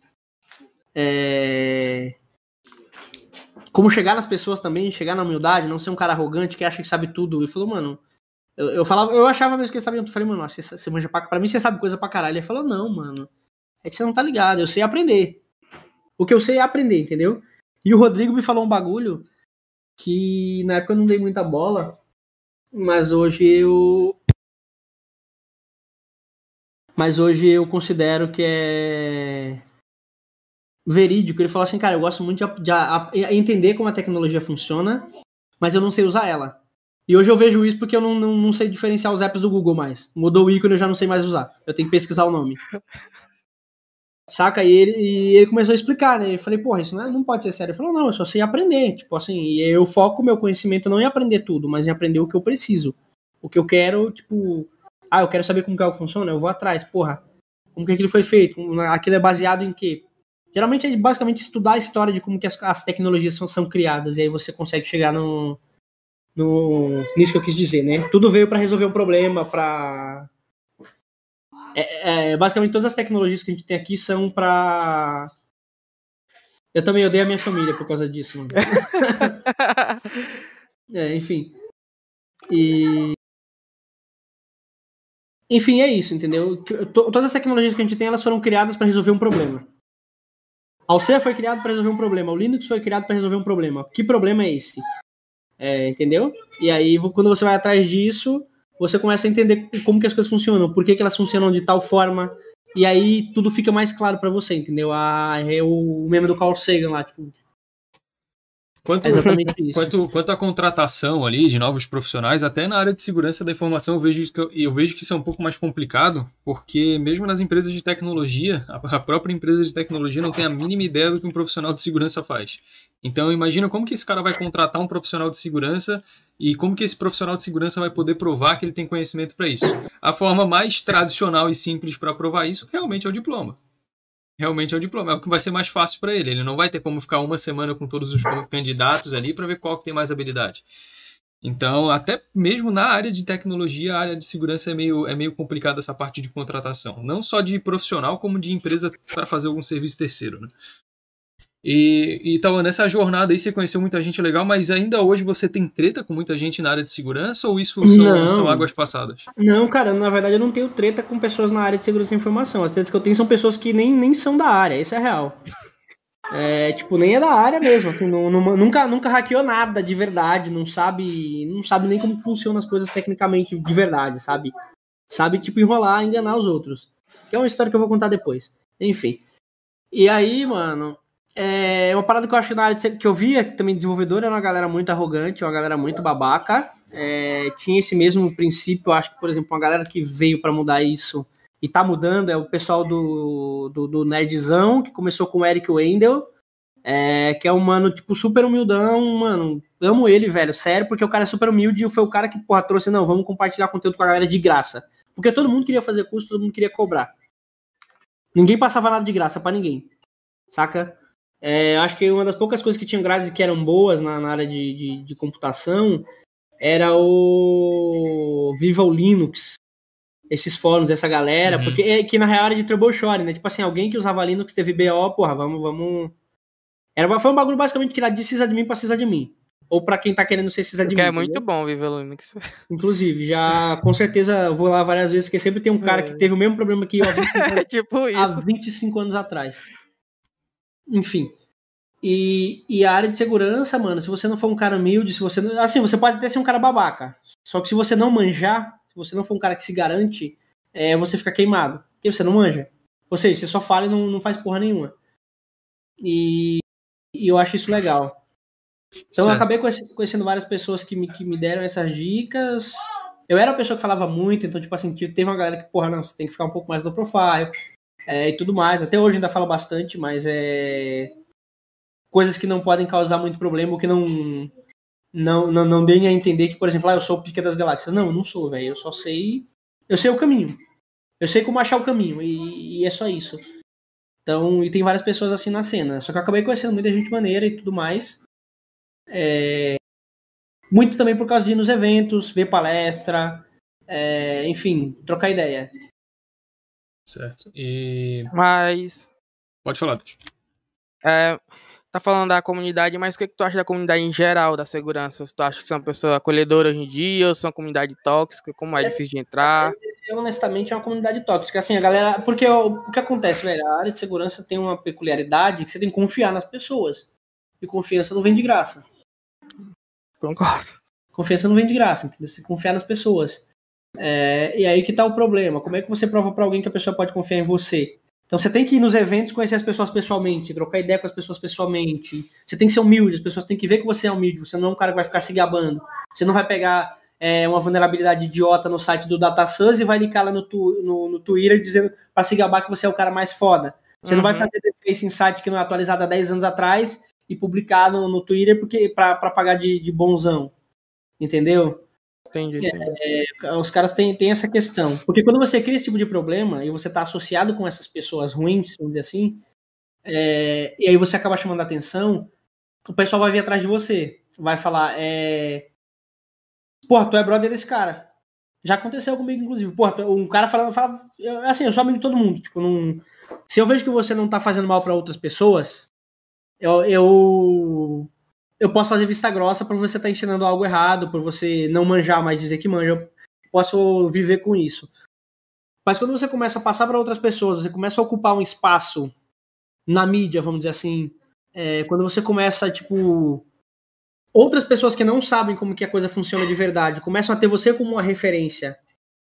É... como chegar nas pessoas também, chegar na humildade, não ser um cara arrogante que acha que sabe tudo. Ele falou, mano... Eu, eu, falava, eu achava mesmo que ele sabia. Eu falei, mano, você, você manja pra, pra mim você sabe coisa pra caralho. Ele falou, não, mano, é que você não tá ligado, eu sei aprender. O que eu sei é aprender, entendeu? E o Rodrigo me falou um bagulho que na época eu não dei muita bola, mas hoje eu... Mas hoje eu considero que é verídico. Ele falou assim, cara, eu gosto muito de, de, de entender como a tecnologia funciona, mas eu não sei usar ela. E hoje eu vejo isso porque eu não, não, não sei diferenciar os apps do Google mais. Mudou o ícone, eu já não sei mais usar. Eu tenho que pesquisar o nome. Saca? E ele, e ele começou a explicar, né? Eu falei, porra, isso não, é, não pode ser sério. Ele falou, não, eu só sei aprender. Tipo assim, e eu foco o meu conhecimento não em aprender tudo, mas em aprender o que eu preciso. O que eu quero, tipo... Ah, eu quero saber como que algo funciona, eu vou atrás. Porra, como que aquilo foi feito? Aquilo é baseado em quê? Geralmente é basicamente estudar a história de como que as, as tecnologias são, são criadas. E aí você consegue chegar no... No, nisso que eu quis dizer, né? Tudo veio para resolver um problema, para é, é, basicamente todas as tecnologias que a gente tem aqui são para... Eu também odeio a minha família por causa disso, mano. é, enfim. E enfim, é isso, entendeu? Todas as tecnologias que a gente tem, elas foram criadas para resolver um problema. A Alcea foi criado para resolver um problema, o Linux foi criado para resolver um problema. Que problema é esse? É, entendeu? E aí, quando você vai atrás disso, você começa a entender como que as coisas funcionam, por que, que elas funcionam de tal forma, e aí tudo fica mais claro pra você, entendeu? Ah, é o meme do Carl Sagan lá, tipo...
Quanto,
é exatamente isso.
Quanto, quanto à contratação ali de novos profissionais, até na área de segurança da informação, eu vejo que, eu vejo que isso é um pouco mais complicado, porque mesmo nas empresas de tecnologia, a própria empresa de tecnologia não tem a mínima ideia do que um profissional de segurança faz. Então, imagina como que esse cara vai contratar um profissional de segurança e como que esse profissional de segurança vai poder provar que ele tem conhecimento para isso. A forma mais tradicional e simples para provar isso realmente é o diploma. Realmente é o diploma, é o que vai ser mais fácil para ele. Ele não vai ter como ficar uma semana com todos os candidatos ali para ver qual que tem mais habilidade. Então, até mesmo na área de tecnologia, a área de segurança é meio, é meio complicada essa parte de contratação. Não só de profissional, como de empresa para fazer algum serviço terceiro, né? E, e então, nessa jornada aí você conheceu muita gente legal, mas ainda hoje você tem treta com muita gente na área de segurança ou isso são, são águas passadas?
Não, cara, na verdade eu não tenho treta com pessoas na área de segurança da informação. As tretas que eu tenho são pessoas que nem, nem são da área, isso é real. É, tipo, nem é da área mesmo. Não, não, nunca, nunca hackeou nada de verdade, não sabe, não sabe nem como funcionam as coisas tecnicamente de verdade, sabe? Sabe, tipo, enrolar, enganar os outros. Que é uma história que eu vou contar depois. Enfim. E aí, mano... É uma parada que eu acho na área de, que eu via também desenvolvedor era uma galera muito arrogante, uma galera muito babaca. É, tinha esse mesmo princípio, eu acho que, por exemplo, uma galera que veio para mudar isso e tá mudando é o pessoal do, do, do Nerdzão, que começou com o Eric Wendel, é, que é um mano, tipo, super humildão, mano. Amo ele, velho, sério, porque o cara é super humilde e foi o cara que, porra, trouxe, não, vamos compartilhar conteúdo com a galera de graça. Porque todo mundo queria fazer curso, todo mundo queria cobrar. Ninguém passava nada de graça pra ninguém, saca? É, acho que uma das poucas coisas que tinham grades que eram boas na, na área de, de, de computação era o Viva o Linux, esses fóruns dessa galera, uhum. Porque é que na real era de troubleshooting, né? Tipo assim, alguém que usava Linux teve B O, porra, vamos, vamos... Era, foi um bagulho basicamente criado de sysadmin pra sysadmin. Ou pra quem tá querendo ser sysadmin.
Que é muito bom o Viva o Linux.
Inclusive, já com certeza eu vou lá várias vezes, porque sempre tem um cara é. que teve o mesmo problema que eu há vinte e cinco anos,
tipo isso.
há vinte e cinco anos atrás. Enfim, e, e a área de segurança, mano, se você não for um cara humilde, se você não, assim, você pode até ser um cara babaca, só que se você não manjar, se você não for um cara que se garante, é, você fica queimado, porque você não manja, ou seja, você só fala e não, não faz porra nenhuma, e, e eu acho isso legal. Então certo. Eu acabei conhecendo várias pessoas que me, que me deram essas dicas. Eu era uma pessoa que falava muito, então tipo assim, teve uma galera que, porra, não, você tem que ficar um pouco mais no profile, É, e tudo mais. Até hoje ainda falo bastante, mas é coisas que não podem causar muito problema, ou que não não, não, não deem a entender que, por exemplo, ah, eu sou o pica das galáxias. Não, eu não sou, velho. Eu só sei... Eu sei o caminho. Eu sei como achar o caminho, e, e é só isso. Então, e tem várias pessoas assim na cena. Só que eu acabei conhecendo muita gente maneira e tudo mais. É... Muito também por causa de ir nos eventos, ver palestra, é, enfim, trocar ideia.
Certo. E.
Mas.
Pode falar, Deus.
É, tá falando da comunidade, mas o que, que tu acha da comunidade em geral, da segurança? Tu acha que são pessoas acolhedoras hoje em dia, ou são comunidade tóxica? Como é difícil de entrar?
Eu, honestamente, é uma comunidade tóxica. Assim, a galera. Porque o, o que acontece, velho? A área de segurança tem uma peculiaridade que você tem que confiar nas pessoas. E confiança não vem de graça.
Concordo.
Confiança não vem de graça, entendeu? Você confiar nas pessoas. É, e aí que tá o problema. Como é que você prova pra alguém que a pessoa pode confiar em você? Então você tem que ir nos eventos, conhecer as pessoas pessoalmente, trocar ideia com as pessoas pessoalmente. Você tem que ser humilde, as pessoas têm que ver que você é humilde. Você não é um cara que vai ficar se gabando. Você não vai pegar é, uma vulnerabilidade idiota no site do DataSUS e vai linkar lá no, tu, no, no Twitter dizendo pra se gabar que você é o cara mais foda. Você uhum. não vai fazer deface em site que não é atualizado há dez anos atrás e publicar no, no Twitter porque, pra, pra pagar de, de bonzão. Entendeu?
Entendi, entendi.
É, os caras têm, têm essa questão. Porque quando você cria esse tipo de problema e você está associado com essas pessoas ruins, vamos dizer assim, é, e aí você acaba chamando a atenção, o pessoal vai vir atrás de você. Vai falar, é... porra, tu é brother desse cara. Já aconteceu comigo, inclusive. Porra, um cara falando, fala, assim, eu sou amigo de todo mundo. Tipo, não... Se eu vejo que você não tá fazendo mal para outras pessoas, eu... eu... eu posso fazer vista grossa por você estar tá ensinando algo errado, por você não manjar, mas dizer que manja. Eu posso viver com isso. Mas quando você começa a passar para outras pessoas, você começa a ocupar um espaço na mídia, vamos dizer assim, é, quando você começa, tipo, outras pessoas que não sabem como que a coisa funciona de verdade, começam a ter você como uma referência.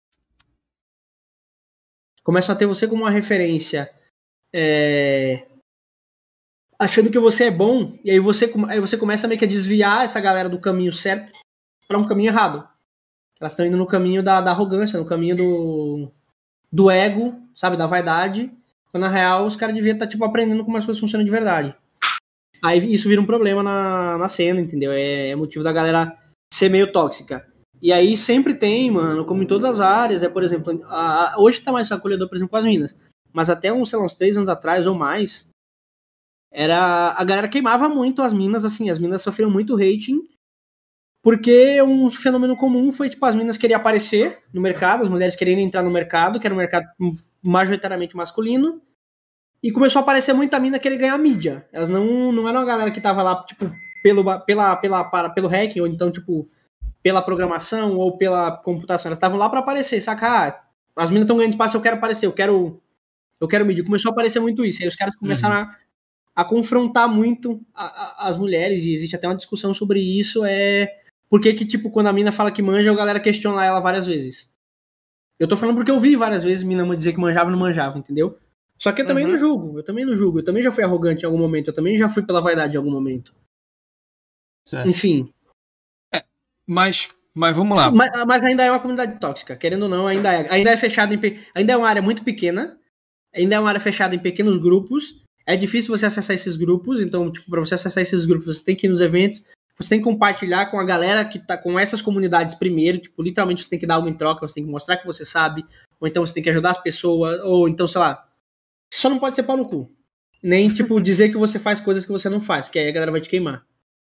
Começam a ter você como uma referência. É... achando que você é bom, e aí você, aí você começa meio que a desviar essa galera do caminho certo para um caminho errado. Elas estão indo no caminho da, da arrogância, no caminho do, do ego, sabe, da vaidade, quando na real os caras deviam estar tipo, aprendendo como as coisas funcionam de verdade. Aí isso vira um problema na, na cena, entendeu? É, é motivo da galera ser meio tóxica. E aí sempre tem, mano, como em todas as áreas, é, por exemplo, a, a, hoje tá mais acolhedor, por exemplo, com as minas, mas até uns, sei lá, uns três anos atrás ou mais, era, a galera queimava muito as minas, assim, as minas sofriam muito hating, porque um fenômeno comum foi, tipo, as minas queriam aparecer no mercado, as mulheres queriam entrar no mercado, que era um mercado majoritariamente masculino, e começou a aparecer muita mina querer ganhar mídia. Elas não, não eram uma galera que tava lá, tipo, pelo, pela, pela, para, pelo hacking, ou então, tipo, pela programação, ou pela computação, elas estavam lá pra aparecer, saca? Ah, as minas estão ganhando espaço, eu quero aparecer, eu quero, eu quero mídia. Começou a aparecer muito isso, aí os caras começaram uhum. a a confrontar muito a, a, as mulheres, e existe até uma discussão sobre isso, é por que que, tipo, quando a mina fala que manja, a galera questiona ela várias vezes. Eu tô falando porque eu vi várias vezes mina dizer que manjava e não manjava, entendeu? Só que eu também uhum. não julgo, eu também não julgo, eu também já fui arrogante em algum momento, eu também já fui pela vaidade em algum momento. Certo. Enfim.
É, mas, mas vamos lá.
Mas, mas ainda é uma comunidade tóxica, querendo ou não, ainda é, ainda é fechado em, ainda é uma área muito pequena, ainda é uma área fechada em pequenos grupos. É difícil você acessar esses grupos, então, tipo, para você acessar esses grupos, você tem que ir nos eventos, você tem que compartilhar com a galera que tá com essas comunidades primeiro, tipo, literalmente você tem que dar algo em troca, você tem que mostrar que você sabe, ou então você tem que ajudar as pessoas, ou então, sei lá, só não pode ser pau no cu. Nem, tipo, dizer que você faz coisas que você não faz, que aí a galera vai te queimar.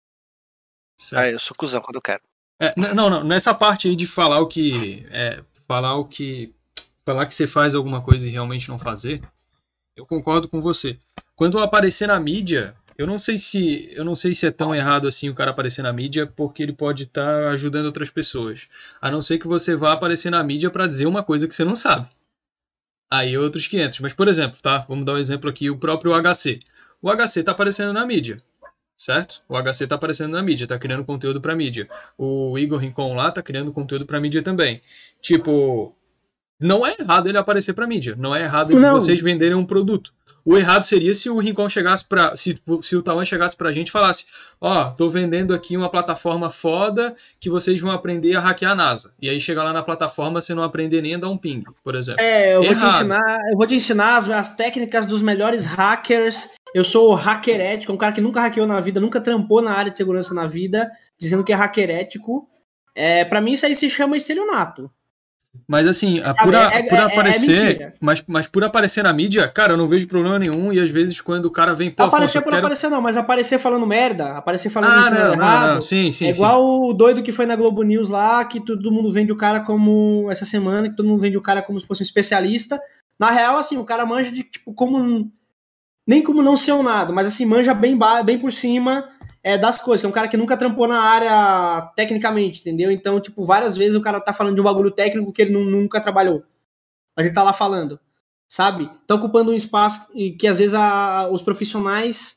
Ah, eu sou cuzão quando eu quero.
É, não, não, nessa parte aí de falar o que, é, falar o que, falar que você faz alguma coisa e realmente não fazer, eu concordo com você. Quando aparecer na mídia, eu não sei se eu não sei se é tão errado assim o cara aparecer na mídia, porque ele pode estar tá ajudando outras pessoas. A não ser que você vá aparecer na mídia para dizer uma coisa que você não sabe. Aí outros quinhentos. Mas, por exemplo, tá? Vamos dar um exemplo aqui, o próprio H C. O H C está aparecendo na mídia, certo? O H C está aparecendo na mídia, está criando conteúdo para mídia. O Igor Rincon lá está criando conteúdo para mídia também. Tipo, não é errado ele aparecer para mídia. Não é errado de vocês venderem um produto. O errado seria se o Rincon chegasse pra. Se, se o Tawan chegasse pra gente e falasse: Ó, oh, tô vendendo aqui uma plataforma foda que vocês vão aprender a hackear a NASA. E aí chegar lá na plataforma você não aprender nem a dar um ping, por exemplo.
É, eu vou te ensinar, eu vou te ensinar as, as técnicas dos melhores hackers. Eu sou o hacker ético, um cara que nunca hackeou na vida, nunca trampou na área de segurança na vida, dizendo que é hacker ético. É, pra mim, isso aí se chama estelionato.
Mas assim, a-
Sabe,
por, a-
é-
por
é- é- é
aparecer,
mentira.
mas, mas por aparecer na mídia, cara, eu não vejo problema nenhum. E às vezes quando o cara vem, pô, Afonso,
Aparecer
eu
por
quero...
aparecer não, mas aparecer falando merda, aparecer falando
Ah,
ensinando
não, não,
errado,
não, sim, sim,
é
sim.
igual o doido que foi na Globo News lá, que todo mundo vende o cara como, essa semana, que todo mundo vende o cara como se fosse um especialista. Na real, assim, o cara manja de, tipo, como, nem como não ser um nada, mas assim, manja bem, ba- bem por cima é, das coisas, que é um cara que nunca trampou na área tecnicamente, entendeu? Então, tipo, várias vezes o cara tá falando de um bagulho técnico que ele nu- nunca trabalhou, mas ele tá lá falando, sabe? Tá ocupando um espaço e que às vezes a- os profissionais,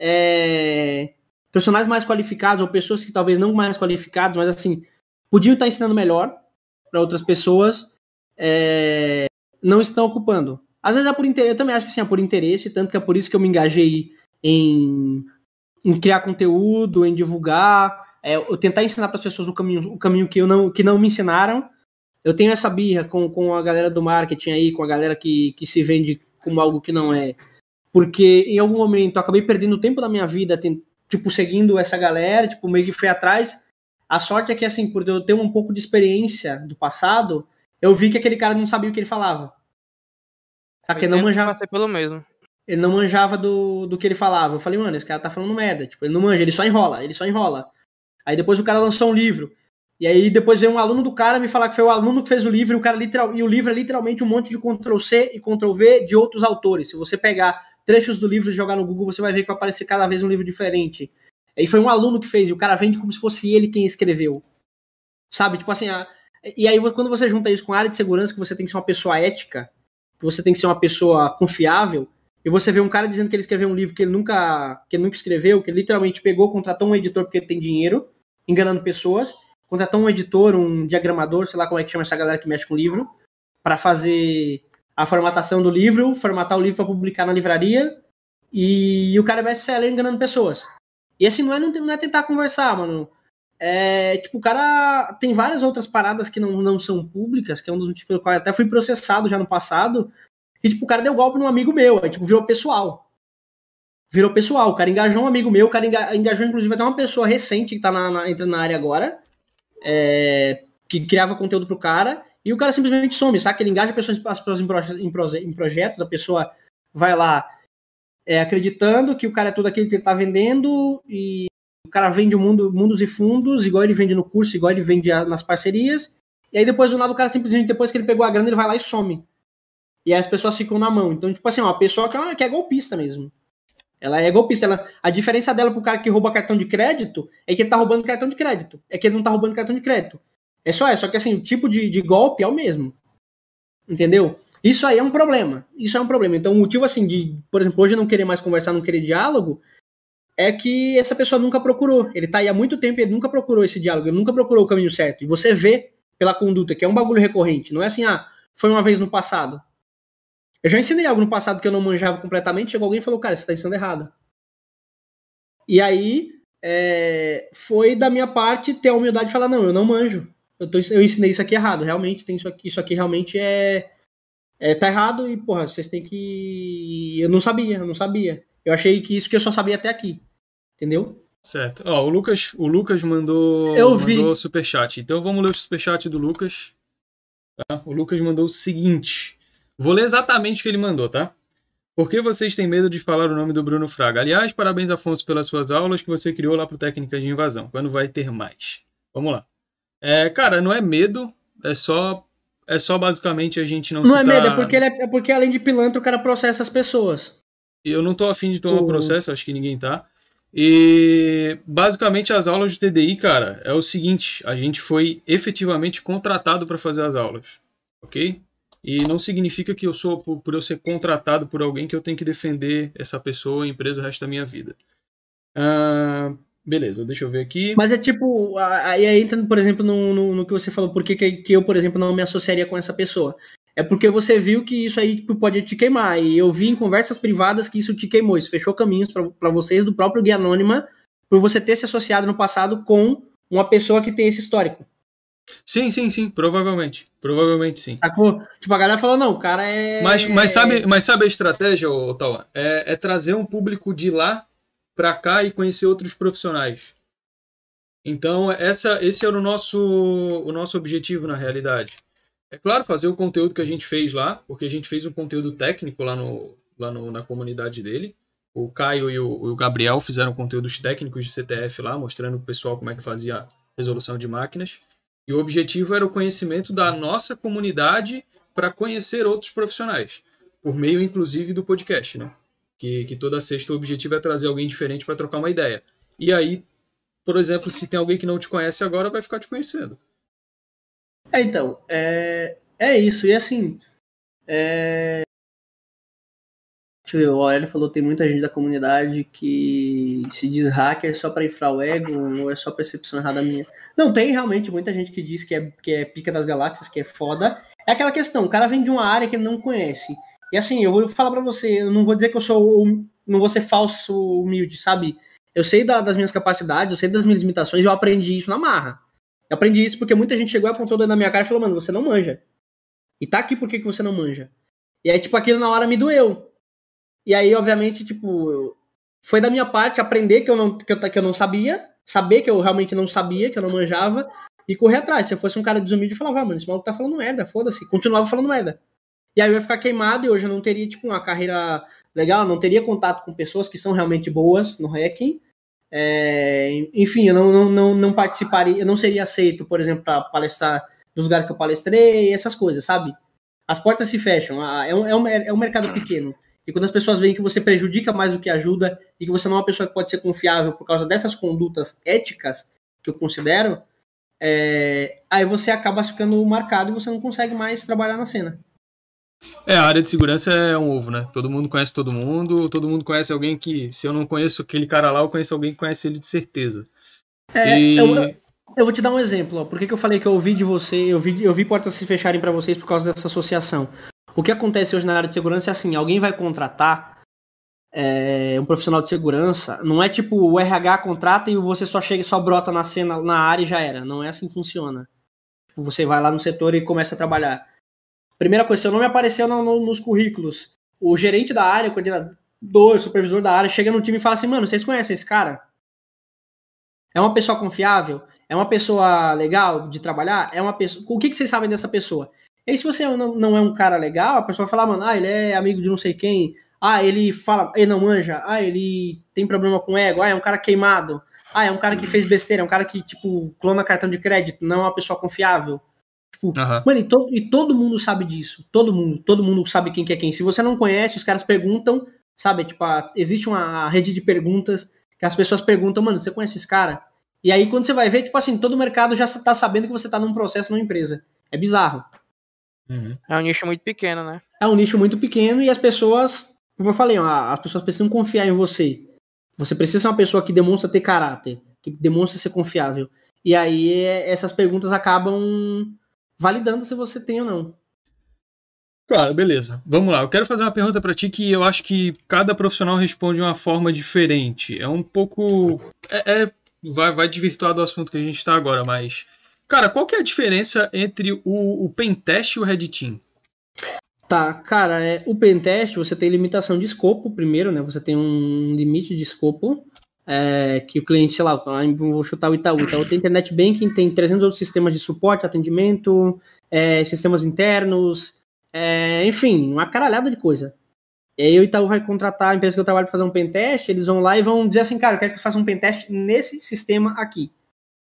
é, profissionais mais qualificados, ou pessoas que talvez não mais qualificados, mas assim, podiam estar ensinando melhor para outras pessoas, é, não estão ocupando. Às vezes é por interesse, eu também acho que sim, é por interesse, tanto que é por isso que eu me engajei em, em criar conteúdo, em divulgar, é, eu tentar ensinar para as pessoas o caminho, o caminho que, eu não, que não me ensinaram. Eu tenho essa birra com, com a galera do marketing aí, com a galera que, que se vende como algo que não é. Porque em algum momento eu acabei perdendo tempo da minha vida, tem, tipo, seguindo essa galera, tipo, meio que fui atrás. A sorte é que, assim, por eu ter um pouco de experiência do passado, eu vi que aquele cara não sabia o que ele falava. Sabe? Ele não manjava,
Passei pelo mesmo.
ele não manjava do, do que ele falava. Eu falei, mano, esse cara tá falando merda. Tipo, ele não manja, ele só enrola, ele só enrola. Aí depois o cara lançou um livro. E aí depois veio um aluno do cara me falar que foi o aluno que fez o livro, e o cara literal, e o livro é literalmente um monte de control C e control V de outros autores. Se você pegar trechos do livro e jogar no Google, você vai ver que vai aparecer cada vez um livro diferente. E foi um aluno que fez, e o cara vende como se fosse ele quem escreveu. Sabe? Tipo assim, a... e aí quando você junta isso com a área de segurança, que você tem que ser uma pessoa ética, que você tem que ser uma pessoa confiável, e você vê um cara dizendo que ele escreveu um livro que ele nunca, que ele nunca escreveu, que ele literalmente pegou, contratou um editor porque ele tem dinheiro, enganando pessoas, contratou um editor, um diagramador, sei lá como é que chama essa galera que mexe com livro, para fazer a formatação do livro, formatar o livro para publicar na livraria, e o cara vai se enganando pessoas. E assim, não é, não é tentar conversar, mano. É, tipo, o cara tem várias outras paradas que não, não são públicas, que é um dos motivos pelo qual eu até fui processado já no passado, e tipo, o cara deu golpe num amigo meu, aí tipo, virou pessoal. Virou pessoal, o cara engajou um amigo meu, o cara engajou inclusive até uma pessoa recente que tá na, na, entrando na área agora, é, que criava conteúdo pro cara, e o cara simplesmente some, sabe? Ele engaja pessoas, as pessoas em, proje- em, proje- em projetos, a pessoa vai lá é, acreditando que o cara é tudo aquilo que ele tá vendendo, e o cara vende o mundo, mundos e fundos, igual ele vende no curso, igual ele vende nas parcerias, e aí depois do nada o cara simplesmente, depois que ele pegou a grana, ele vai lá e some. E aí as pessoas ficam na mão. Então, tipo assim, uma pessoa que é, que é golpista mesmo. Ela é golpista. Ela, a diferença dela pro cara que rouba cartão de crédito é que ele tá roubando cartão de crédito. É que ele não tá roubando cartão de crédito. É só é. Só que assim, o tipo de, de golpe é o mesmo. Entendeu? Isso aí é um problema. Isso é um problema. Então, o motivo assim de, por exemplo, hoje eu não querer mais conversar, não querer diálogo, é que essa pessoa nunca procurou. Ele tá aí há muito tempo e ele nunca procurou esse diálogo. Ele nunca procurou o caminho certo. E você vê pela conduta, que é um bagulho recorrente. Não é assim, ah, foi uma vez no passado. Eu já ensinei algo no passado que eu não manjava completamente, chegou alguém e falou, cara, você está ensinando errado. E aí, é, foi da minha parte ter a humildade de falar, não, eu não manjo. Eu, tô, eu ensinei isso aqui errado, realmente, tem isso aqui, isso aqui realmente é, é... Tá errado e, porra, vocês têm que... Eu não sabia, eu não sabia. Eu achei que isso que eu só sabia até aqui. Entendeu?
Certo. Ó, o Lucas, o Lucas mandou,
eu vi.
mandou superchat. Então vamos ler o superchat do Lucas. Tá? O Lucas mandou o seguinte... Vou ler exatamente o que ele mandou, tá? Por que vocês têm medo de falar o nome do Bruno Fraga? Aliás, parabéns, Afonso, pelas suas aulas que você criou lá pro Técnicas de Invasão. Quando vai ter mais? Vamos lá. É, cara, não é medo, é só, é só basicamente a gente não
Não
citar...
é medo, é porque, ele é, é porque além de pilantra, o cara processa as pessoas.
Eu não tô afim de tomar
o...
processo, acho que ninguém tá. E basicamente as aulas de T D I, cara, é o seguinte, a gente foi efetivamente contratado para fazer as aulas, ok? E não significa que eu sou, por, por eu ser contratado por alguém, que eu tenho que defender essa pessoa, a empresa, o resto da minha vida. Ah, beleza, deixa eu ver aqui.
Mas é tipo, aí entra, por exemplo, no, no, no que você falou, por que, que eu, por exemplo, não me associaria com essa pessoa? É porque você viu que isso aí pode te queimar. E eu vi em conversas privadas que isso te queimou. Isso fechou caminhos para vocês do próprio Guia Anônima por você ter se associado no passado com uma pessoa que tem esse histórico.
Sim, sim, sim, provavelmente. Provavelmente sim.
Sacou? Tipo, a galera falou, não, o cara é...
Mas, mas, sabe, mas sabe a estratégia, Ottawa? É, é trazer um público de lá pra cá e conhecer outros profissionais. Então, essa, esse era o nosso, o nosso objetivo, na realidade. É claro, fazer o conteúdo que a gente fez lá, porque a gente fez um conteúdo técnico lá, no, lá no, na comunidade dele. O Caio e o, o Gabriel fizeram conteúdos técnicos de C T F lá, mostrando pro pessoal como é que fazia a resolução de máquinas. E o objetivo era o conhecimento da nossa comunidade para conhecer outros profissionais, por meio, inclusive, do podcast, né? Que, que toda sexta o objetivo é trazer alguém diferente para trocar uma ideia. E aí, por exemplo, se tem alguém que não te conhece agora, vai ficar te conhecendo.
É, então, é, é isso. E assim, é... deixa eu ver, o Aurélio falou que tem muita gente da comunidade que se diz hacker só para inflar o ego, ou é só percepção errada minha? Não, tem realmente muita gente que diz que é, que é pica das galáxias, que é foda. É aquela questão, o cara vem de uma área que ele não conhece. E assim, eu vou falar pra você, eu não vou dizer que eu sou, não vou ser falso humilde, sabe? Eu sei da, das minhas capacidades, eu sei das minhas limitações, eu aprendi isso na marra. Eu aprendi isso porque muita gente chegou e apontou na minha cara e falou, mano, você não manja. E tá aqui por que que você não manja? E aí, tipo, aquilo na hora me doeu. E aí, obviamente, tipo, foi da minha parte aprender que eu não, que eu, que eu não sabia, saber que eu realmente não sabia, que eu não manjava, e correr atrás. Se eu fosse um cara desumilde, eu falava, ah, mano, esse maluco tá falando merda, foda-se. Continuava falando merda. E aí eu ia ficar queimado e hoje eu não teria, tipo, uma carreira legal, não teria contato com pessoas que são realmente boas no hacking. É, enfim, eu não, não, não, não participaria, eu não seria aceito, por exemplo, para palestrar nos lugares que eu palestrei, essas coisas, sabe? As portas se fecham, é um, é um, é um mercado pequeno. E quando as pessoas veem que você prejudica mais do que ajuda e que você não é uma pessoa que pode ser confiável por causa dessas condutas éticas que eu considero, é, aí você acaba ficando marcado e você não consegue mais trabalhar na cena.
É, a área de segurança é um ovo, né? Todo mundo conhece todo mundo, todo mundo conhece alguém que, se eu não conheço aquele cara lá, eu conheço alguém que conhece ele de certeza.
É,
e...
eu, eu vou te dar um exemplo, ó. Por que, que eu falei que eu ouvi de você, eu vi, eu vi portas se fecharem para vocês por causa dessa associação? O que acontece hoje na área de segurança é assim, alguém vai contratar é, um profissional de segurança, não é tipo o R H contrata e você só chega e só brota na cena, na área e já era. Não é assim que funciona. Você vai lá no setor e começa a trabalhar. Primeira coisa, seu nome apareceu no, no, nos currículos. O gerente da área, o coordenador, o supervisor da área, chega no time e fala assim, mano, vocês conhecem esse cara? É uma pessoa confiável? É uma pessoa legal de trabalhar? É uma pessoa... O que, que vocês sabem dessa pessoa? E aí, se você não, não é um cara legal, a pessoa vai falar, mano, ah, ele é amigo de não sei quem, ah, ele fala, ele não manja, ah, ele tem problema com ego, ah, é um cara queimado, ah, é um cara que fez besteira, é um cara que, tipo, clona cartão de crédito, não é uma pessoa confiável. Tipo, uhum. Mano, e, to, e todo mundo sabe disso. Todo mundo, todo mundo sabe quem que é quem. Se você não conhece, os caras perguntam, sabe? Tipo, a, existe uma rede de perguntas que as pessoas perguntam, mano, você conhece esse cara? E aí, quando você vai ver, tipo assim, todo o mercado já tá sabendo que você tá num processo numa empresa. É bizarro.
Uhum. É um nicho muito pequeno, né?
É um nicho muito pequeno e as pessoas, como eu falei, as pessoas precisam confiar em você. Você precisa ser uma pessoa que demonstra ter caráter, que demonstra ser confiável. E aí, essas perguntas acabam validando se você tem ou não.
Cara, beleza. Vamos lá. Eu quero fazer uma pergunta pra ti que eu acho que cada profissional responde de uma forma diferente. É um pouco... É, é... Vai, vai desvirtuar do assunto que a gente tá agora, mas... Cara, qual que é a diferença entre o, o Pentest e o Red Team?
Tá, cara, é, o Pentest, você tem limitação de escopo primeiro, né? Você tem um limite de escopo. É, que o cliente, sei lá, vou chutar o Itaú. O Itaú tem internet banking, tem trezentos outros sistemas de suporte, atendimento, é, sistemas internos, é, enfim, uma caralhada de coisa. E aí o Itaú vai contratar a empresa que eu trabalho para fazer um pentest, eles vão lá e vão dizer assim, cara, eu quero que você faça um pentest nesse sistema aqui.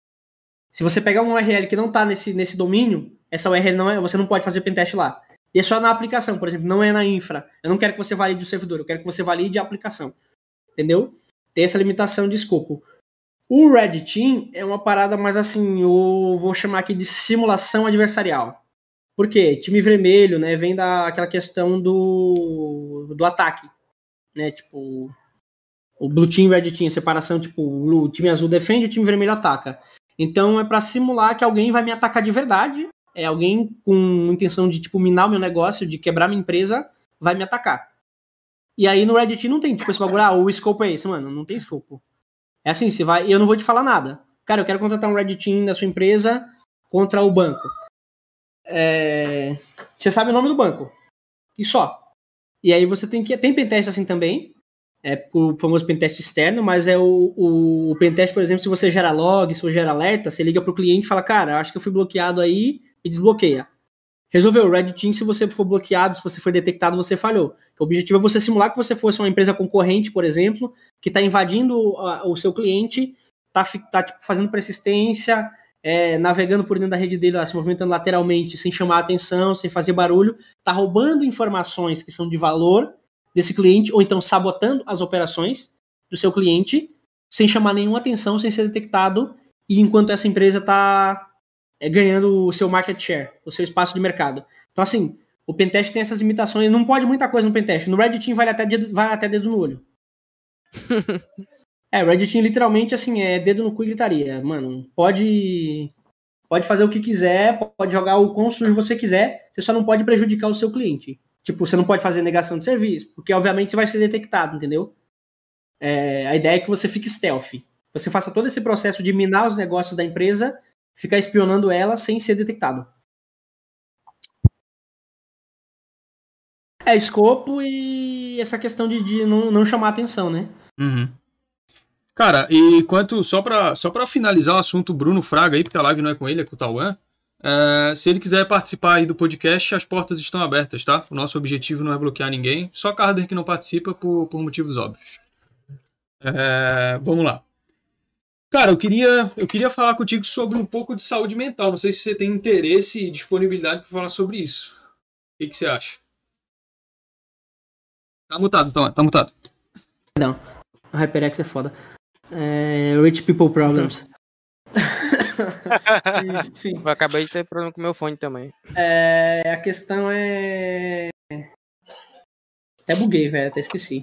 Se você pegar um U R L que não está nesse, nesse domínio, essa U R L não é, você não pode fazer pentest lá. E é só na aplicação, por exemplo, não é na infra. Eu não quero que você valide o servidor, eu quero que você valide a aplicação. Entendeu? Tem essa limitação de escopo. O Red Team é uma parada mais assim, eu vou chamar aqui de simulação adversarial. Por quê? Time vermelho, né, vem daquela questão do, do ataque, né, tipo, o Blue Team e Red Team, a separação, tipo, o time azul defende, o time vermelho ataca. Então é para simular que alguém vai me atacar de verdade, é alguém com intenção de, tipo, minar o meu negócio, de quebrar minha empresa, vai me atacar. E aí no Red Team não tem, tipo, esse bagulho, ah, o escopo é esse, mano, não tem escopo. É assim, você vai, eu não vou te falar nada. Cara, eu quero contratar um Red Team na sua empresa contra o banco. É, você sabe o nome do banco. E só. E aí você tem que, tem pentest assim também, é o famoso pentest externo, mas é o, o, o pentest, por exemplo, se você gera log, se você gera alerta, você liga pro cliente e fala, cara, acho que eu fui bloqueado aí e desbloqueia. resolveu. O Red Team, se você for bloqueado, se você for detectado, você falhou. O objetivo é você simular que você fosse uma empresa concorrente, por exemplo, que está invadindo a, o seu cliente, está tá, tipo, fazendo persistência, é, navegando por dentro da rede dele, se movimentando lateralmente, sem chamar a atenção, sem fazer barulho, está roubando informações que são de valor desse cliente, ou então sabotando as operações do seu cliente, sem chamar nenhuma atenção, sem ser detectado, e enquanto essa empresa está é, ganhando o seu market share, o seu espaço de mercado. Então, assim, o pentest tem essas limitações, não pode muita coisa no pentest. No Red Team vai até dedo, vai até dedo no olho. É, o Red Team literalmente, assim, é dedo no cu e gritaria. Mano, pode, pode fazer o que quiser, pode jogar o quão sujo você quiser, você só não pode prejudicar o seu cliente. Tipo, você não pode fazer negação de serviço, porque obviamente você vai ser detectado, entendeu? É, a ideia é que você fique stealth. Você faça todo esse processo de minar os negócios da empresa, ficar espionando ela sem ser detectado. É, escopo e essa questão de, de não, não chamar atenção, né?
Uhum. Cara, e quanto, só pra, só pra finalizar o assunto Bruno Fraga aí, porque a live não é com ele, é com o Tauan, é, se ele quiser participar aí do podcast, as portas estão abertas, tá? O nosso objetivo não é bloquear ninguém, só Carder que não participa por, por motivos óbvios. É, vamos lá. Cara, eu queria, eu queria falar contigo sobre um pouco de saúde mental. Não sei se você tem interesse e disponibilidade para falar sobre isso. O que, que você acha? Tá mutado, Tauan, tá mutado.
Não, o HyperX é foda. É, Rich People Problems. Enfim.
Eu acabei de ter problema com o meu fone também.
É, a questão é... Até buguei, velho, até esqueci.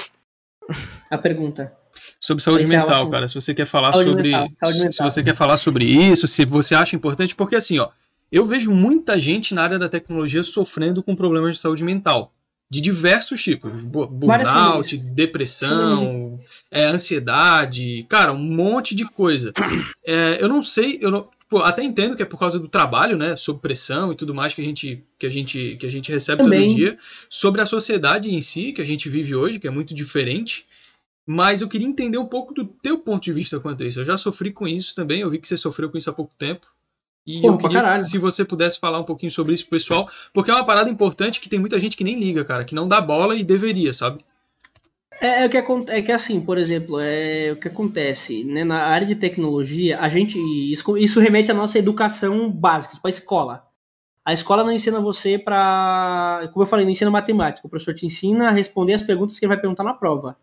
A pergunta.
Sobre saúde
Esse é
mental,
assunto.
cara. Se você quer falar
Saúde
sobre...
mental, saúde
se
mental.
você quer falar sobre isso, se você acha importante, porque assim, ó, eu vejo muita gente na área da tecnologia sofrendo com problemas de saúde mental. De diversos tipos. Bu- Burnout, depressão, é, ansiedade, cara, um monte de coisa. É, eu não sei, eu não, pô, até entendo que é por causa do trabalho, né, sob pressão e tudo mais que a gente, que a gente, que a gente recebe
Também.
todo dia, sobre a sociedade em si, que a gente vive hoje, que é muito diferente. Mas eu queria entender um pouco do teu ponto de vista quanto a isso. Eu já sofri com isso também, eu vi que você sofreu com isso há pouco tempo. E
Pô,
eu
pra
queria,
caralho.
se você pudesse falar um pouquinho sobre isso pro pessoal, porque é uma parada importante que tem muita gente que nem liga, cara, que não dá bola e deveria, sabe?
É, é, o que, acon- é que assim, por exemplo, é o que acontece, né, na área de tecnologia, a gente, isso, isso remete à nossa educação básica, para a escola. A escola não ensina você para, como eu falei, não ensina matemática. O professor te ensina a responder as perguntas que ele vai perguntar na prova.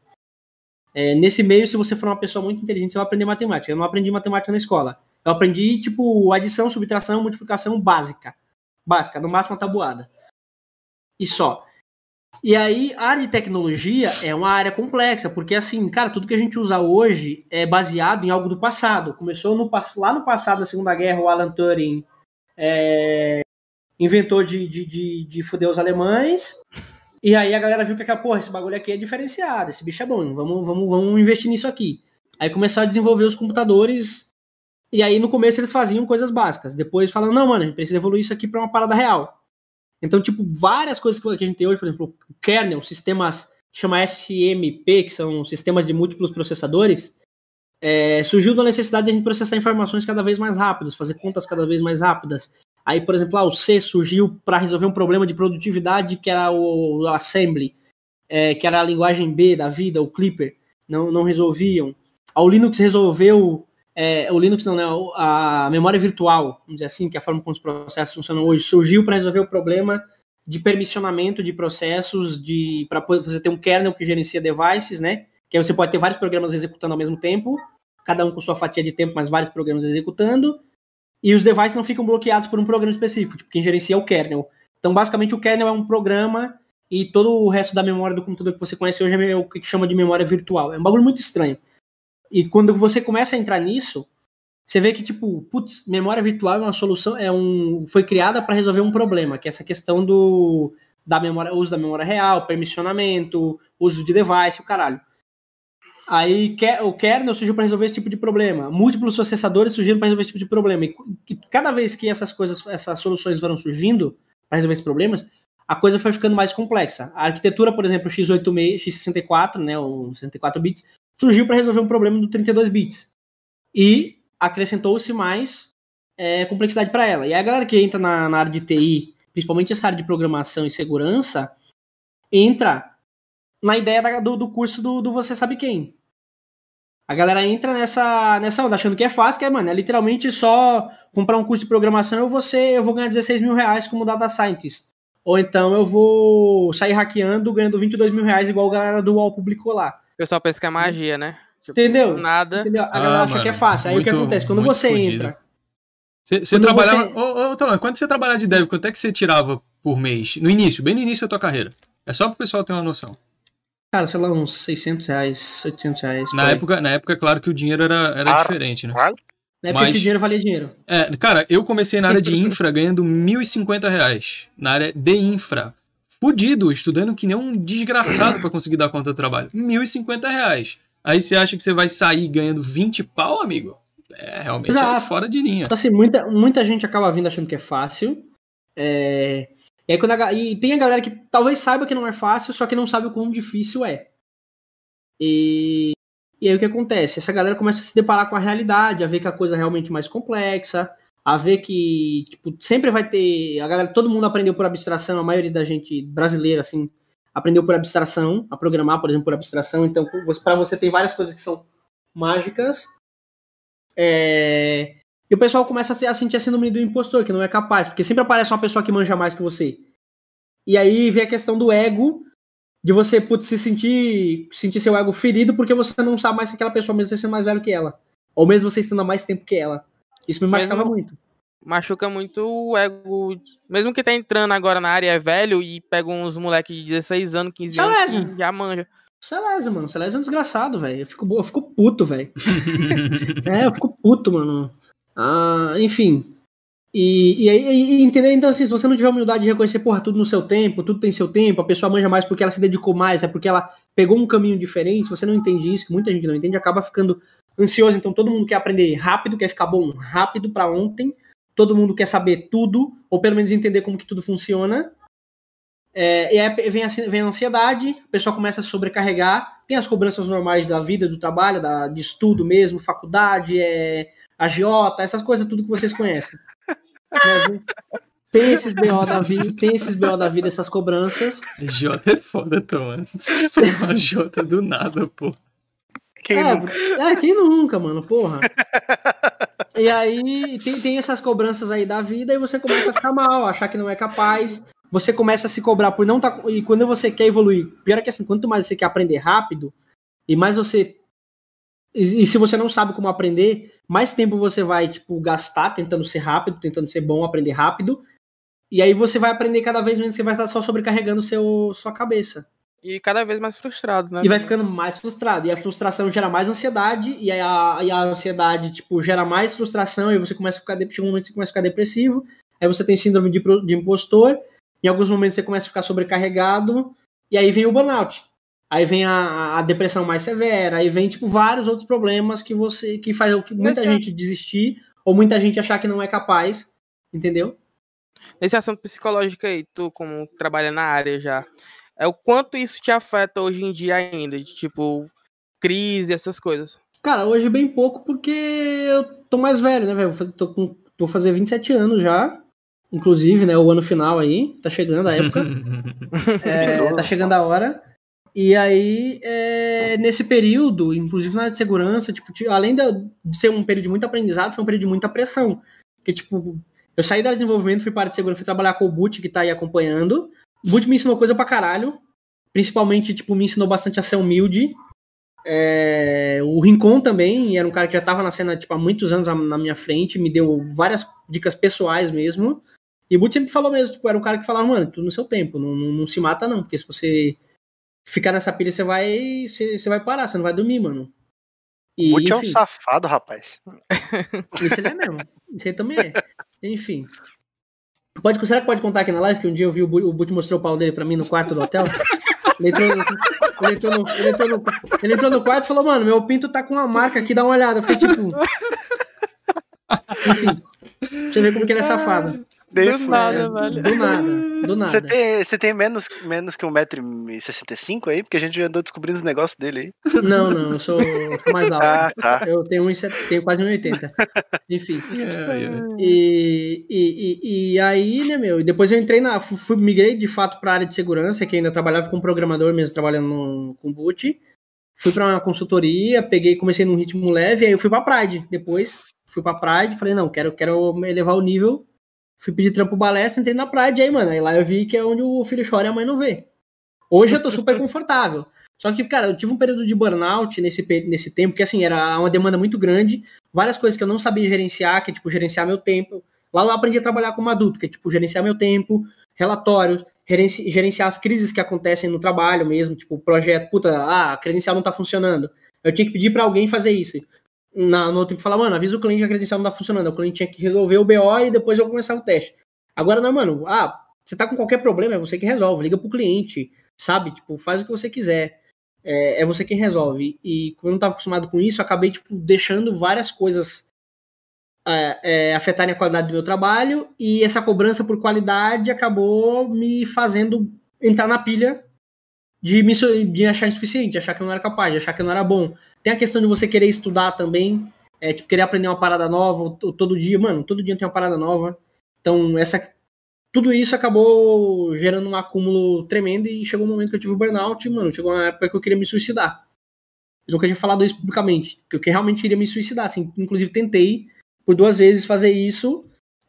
É, nesse meio, se você for uma pessoa muito inteligente, você vai aprender matemática. Eu não aprendi matemática na escola. Eu aprendi, tipo, adição, subtração, multiplicação básica. Básica, no máximo uma tabuada. E só. E aí, a área de tecnologia é uma área complexa, porque assim, cara, tudo que a gente usa hoje é baseado em algo do passado. Começou no, lá no passado, na Segunda Guerra, o Alan Turing é, inventou de, de, de, de fuder os alemães, e aí a galera viu que, porra, esse bagulho aqui é diferenciado, esse bicho é bom, vamos, vamos, vamos investir nisso aqui. Aí começaram a desenvolver os computadores, e aí no começo eles faziam coisas básicas, depois falaram, não, mano, a gente precisa evoluir isso aqui para uma parada real. Então, tipo, várias coisas que a gente tem hoje, por exemplo, o kernel, sistemas que chama S M P, que são sistemas de múltiplos processadores, é, surgiu da necessidade de a gente processar informações cada vez mais rápidas, fazer contas cada vez mais rápidas. Aí, por exemplo, ah, o C surgiu para resolver um problema de produtividade que era o, o Assembly, é, que era a linguagem B da vida, o Clipper, não, não resolviam. Ah, o Linux resolveu... É, o Linux não, né? A memória virtual, vamos dizer assim, que é a forma como os processos funcionam hoje, surgiu para resolver o problema de permissionamento de processos, de para você ter um kernel que gerencia devices, né? Que aí você pode ter vários programas executando ao mesmo tempo, cada um com sua fatia de tempo, mas vários programas executando, e os devices não ficam bloqueados por um programa específico, tipo, quem gerencia é o kernel. Então, basicamente, o kernel é um programa e todo o resto da memória do computador que você conhece hoje é o que chama de memória virtual. É um bagulho muito estranho. E quando você começa a entrar nisso, você vê que, tipo, putz, memória virtual é uma solução, é um, foi criada para resolver um problema, que é essa questão do da memória, uso da memória real, permissionamento, uso de device, o caralho. Aí o kernel surgiu para resolver esse tipo de problema. Múltiplos processadores surgiram para resolver esse tipo de problema. E, e cada vez que essas coisas, essas soluções foram surgindo para resolver esses problemas, a coisa foi ficando mais complexa. A arquitetura, por exemplo, x oitenta e seis, x sessenta e quatro, né, ou sessenta e quatro bits, surgiu para resolver um problema do trinta e dois bits. E acrescentou-se mais é, complexidade para ela. E a galera que entra na, na área de T I, principalmente essa área de programação e segurança, entra na ideia da, do, do curso do, do Você Sabe Quem. A galera entra nessa, nessa onda, achando que é fácil, que é, mano, é literalmente só comprar um curso de programação, eu vou, ser, eu vou ganhar dezesseis mil reais como data scientist. Ou então eu vou sair hackeando, ganhando vinte e dois mil reais, igual a galera do U O L publicou lá.
O pessoal pensa que é magia, né? Tipo,
Entendeu?
Nada.
Entendeu? A
Ah,
galera acha
mano,
que é fácil. Aí
muito,
o que acontece? Quando você
fudido.
entra...
Você, você
Quando
trabalhava...
você-
Ô, ô, Tom, quando você trabalhava de dev, quanto é que você tirava por mês? No início, bem no início da tua carreira. É só pro pessoal ter uma noção.
Cara, sei lá, uns seiscentos reais, oitocentos reais.
Na
por aí.
época, na época, é claro que o dinheiro era, era
Claro.
diferente, né?
Claro.
Na época
mas-
que o dinheiro valia dinheiro.
É, cara, eu comecei na área de infra ganhando mil e cinquenta reais. Na área de infra. Fudido, estudando que nem um desgraçado pra conseguir dar conta do trabalho. mil e cinquenta reais. Aí você acha que você vai sair ganhando vinte pau, amigo? É, realmente é
Exato.
fora de linha.
Então, assim, muita, muita gente acaba vindo achando que é fácil. É... E, aí, quando a ga- e tem a galera que talvez saiba que não é fácil, só que não sabe o quão difícil é. E... e aí o que acontece? Essa galera começa a se deparar com a realidade, a ver que a coisa é realmente mais complexa, a ver que tipo, sempre vai ter... A galera, todo mundo aprendeu por abstração, a maioria da gente brasileira, assim, aprendeu por abstração, a programar, por exemplo, por abstração. Então, para você tem várias coisas que são mágicas. É... E o pessoal começa a, ter, a sentir a síndrome do impostor, que não é capaz, porque sempre aparece uma pessoa que manja mais que você. E aí vem a questão do ego, de você putz, se sentir, sentir seu ego ferido porque você não sabe mais que aquela pessoa, mesmo você sendo mais velho que ela. Ou mesmo você estando há mais tempo que ela. Isso me machucava
Mesmo-
muito.
Machuca muito o ego. Mesmo que tá entrando agora na área é velho e pega uns moleques de dezesseis anos, quinze anos
Salésio.
que já manja.
Celésio, mano. Celésio é um desgraçado, velho. Eu fico, eu fico puto, velho. É, eu fico puto, mano. Ah, enfim. E, e aí, e- e entendeu? Então, assim, se você não tiver humildade de reconhecer, porra, tudo no seu tempo, tudo tem seu tempo, a pessoa manja mais porque ela se dedicou mais, é porque ela pegou um caminho diferente, se você não entende isso, que muita gente não entende, acaba ficando ansioso. Então, todo mundo quer aprender rápido, quer ficar bom rápido pra ontem, todo mundo quer saber tudo, ou pelo menos entender como que tudo funciona. É, e aí vem a, vem a ansiedade, o pessoal começa a sobrecarregar, tem as cobranças normais da vida, do trabalho, da, de estudo mesmo, faculdade, é, agiota, essas coisas tudo que vocês conhecem. Né? Tem esses B O da vida, tem esses B O da vida, essas cobranças.
Jota é foda, Tom, mano. Sou uma Jota do nada, pô.
Quem
é,
nunca?
é, quem nunca, mano, porra. E aí tem, tem essas cobranças aí da vida e você começa a ficar mal, achar que não é capaz. Você começa a se cobrar por não tá. E quando você quer evoluir, pior é que assim, quanto mais você quer aprender rápido, e mais você. E, e se você não sabe como aprender, mais tempo você vai, tipo, gastar tentando ser rápido, tentando ser bom, aprender rápido. E aí você vai aprender cada vez menos, você vai estar só sobrecarregando seu, sua cabeça.
E cada vez mais frustrado, né?
E vai ficando mais frustrado. E a frustração gera mais ansiedade. E aí a, e a ansiedade, tipo, gera mais frustração. E você começa a ficar... Chega um momento que você começa a ficar depressivo. Aí você tem síndrome de, de impostor. Em alguns momentos você começa a ficar sobrecarregado. E aí vem o burnout. Aí vem a, a depressão mais severa. Aí vem, tipo, vários outros problemas que você... Que faz que muita
Nesse
gente desistir. Ou muita gente achar que não é capaz. Entendeu?
Esse assunto psicológico aí, tu como trabalha na área já, é o quanto isso te afeta hoje em dia ainda, de tipo, crise, essas coisas.
Cara, hoje bem pouco porque eu tô mais velho, né, velho? Tô com, tô fazer vinte e sete anos já. Inclusive, né, o ano final aí, tá chegando a época. É, tá chegando a hora. E aí, é, nesse período, inclusive na área de segurança, tipo, além de ser um período de muito aprendizado, foi um período de muita pressão. Porque, tipo, eu saí da área de desenvolvimento, fui para a área de segurança, fui trabalhar com o Boot, que tá aí acompanhando. O Boot me ensinou coisa pra caralho. Principalmente, tipo, me ensinou bastante a ser humilde. É, o Rincon também, era um cara que já tava na cena, tipo, há muitos anos na minha frente, me deu várias dicas pessoais mesmo. E o Boot sempre falou mesmo, tipo, era um cara que falava, mano, tudo no seu tempo, não, não, não se mata não, porque se você ficar nessa pilha, você vai, você, você vai parar, você não vai dormir, mano. E,
O Boot é um
enfim,
safado, rapaz.
isso ele é mesmo. Isso aí também é. Enfim. Pode, será que pode contar aqui na live que um dia eu vi o Boot, o Boot mostrou o pau dele pra mim no quarto do hotel? Ele entrou, no, ele, entrou no, ele, entrou no, ele entrou no quarto e falou, mano, meu pinto tá com uma marca aqui, dá uma olhada. Eu falei, tipo... Enfim. Pra você ver como que ele é safado.
Do nada, velho.
Do nada. Do nada.
Você tem, você tem menos, menos que um metro e sessenta e cinco aí? Porque a gente andou descobrindo os negócios dele aí.
Não, não, eu sou, eu sou mais alto.
Ah, tá.
Eu tenho, um, tenho quase um e oitenta. Enfim.
Yeah, yeah.
E, e, e, e aí, né, meu? E depois eu entrei na. Fui, migrei de fato para a área de segurança, que ainda trabalhava com programador mesmo, trabalhando no, com boot. Fui para uma consultoria, peguei, comecei num ritmo leve, aí eu fui para Pride. Depois fui para Pride, falei, não, quero, quero elevar o nível. Fui pedir trampo balestra, entrei na Pride, aí, mano, aí lá eu vi que é onde o filho chora e a mãe não vê. Hoje eu tô super confortável. Só que, cara, eu tive um período de burnout nesse, nesse tempo, que, assim, era uma demanda muito grande, várias coisas que eu não sabia gerenciar, que é, tipo, gerenciar meu tempo. Lá eu aprendi a trabalhar como adulto, que é, tipo, gerenciar meu tempo, relatórios, gerenci, gerenciar as crises que acontecem no trabalho mesmo, tipo, projeto, puta, ah, a credencial não tá funcionando. Eu tinha que pedir pra alguém fazer isso. Na, no outro tempo, falar, mano, avisa o cliente que a credencial não tá funcionando. O cliente tinha que resolver o B O e depois eu começava o teste. Agora, não, mano, ah, você tá com qualquer problema, é você que resolve, liga pro cliente, sabe? Tipo, faz o que você quiser. É, é você quem resolve. E como eu não tava acostumado com isso, eu acabei, tipo, deixando várias coisas é, é, afetarem a qualidade do meu trabalho, e essa cobrança por qualidade acabou me fazendo entrar na pilha de me de achar insuficiente, de achar que eu não era capaz, de achar que eu não era bom. Tem a questão de você querer estudar também, é, tipo, querer aprender uma parada nova todo dia. Mano, todo dia tem uma parada nova. Então, essa, tudo isso acabou gerando um acúmulo tremendo, e chegou um momento que eu tive um burnout, e, mano, chegou uma época que eu queria me suicidar. Eu nunca tinha falado isso publicamente, porque eu realmente queria me suicidar, assim, inclusive tentei por duas vezes fazer isso.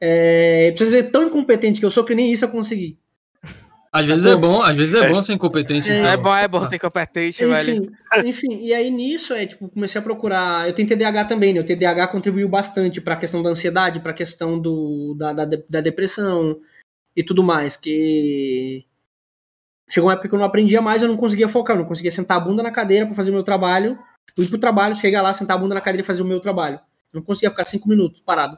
É, pra vocês verem tão incompetente que eu sou, que nem isso eu consegui.
Às vezes é bom, às vezes é bom ser incompetente.
É,
então.
é bom, é bom ser incompetente,
Enfim,
velho.
enfim, e aí nisso, é, tipo, comecei a procurar. Eu tenho T D A H também, né? O T D A H contribuiu bastante para a questão da ansiedade, para a questão do, da, da, da depressão e tudo mais. Que chegou uma época que eu não aprendia mais, eu não conseguia focar, eu não conseguia sentar a bunda na cadeira para fazer o meu trabalho. Tipo, ir pro trabalho, chegar lá, sentar a bunda na cadeira e fazer o meu trabalho. Eu não conseguia ficar cinco minutos parado.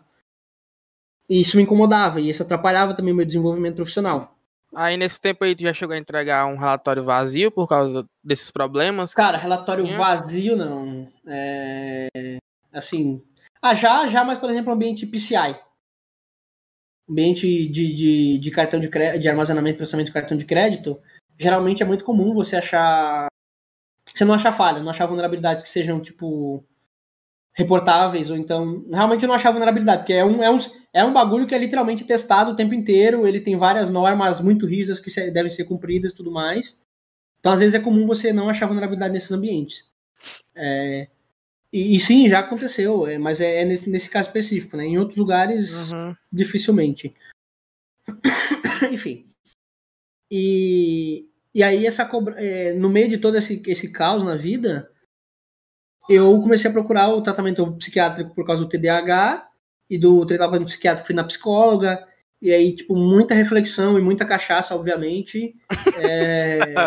E isso me incomodava, e isso atrapalhava também o meu desenvolvimento profissional.
Aí nesse tempo aí tu já chegou a entregar um relatório vazio por causa desses problemas?
Cara, relatório vazio não. É... Assim. Ah, já, já, mas por exemplo, ambiente P C I. Ambiente de, de, de cartão de crédito, de armazenamento e processamento de cartão de crédito, geralmente é muito comum você achar. Você não achar falha, não achar vulnerabilidades que sejam, tipo, reportáveis, ou então. Realmente eu não achar vulnerabilidade, porque é um, é, um, é um bagulho que é literalmente testado o tempo inteiro, ele tem várias normas muito rígidas que se, devem ser cumpridas e tudo mais. Então, às vezes, é comum você não achar vulnerabilidade nesses ambientes. É, e, e sim, já aconteceu, é, mas é, é nesse, nesse caso específico, né? Em outros lugares, uhum. dificilmente. Enfim. E, e aí, essa cobra, é, no meio de todo esse, esse caos na vida, eu comecei a procurar o tratamento psiquiátrico por causa do T D A H, e do tratamento psiquiátrico fui na psicóloga, e aí, tipo, muita reflexão e muita cachaça, obviamente. É,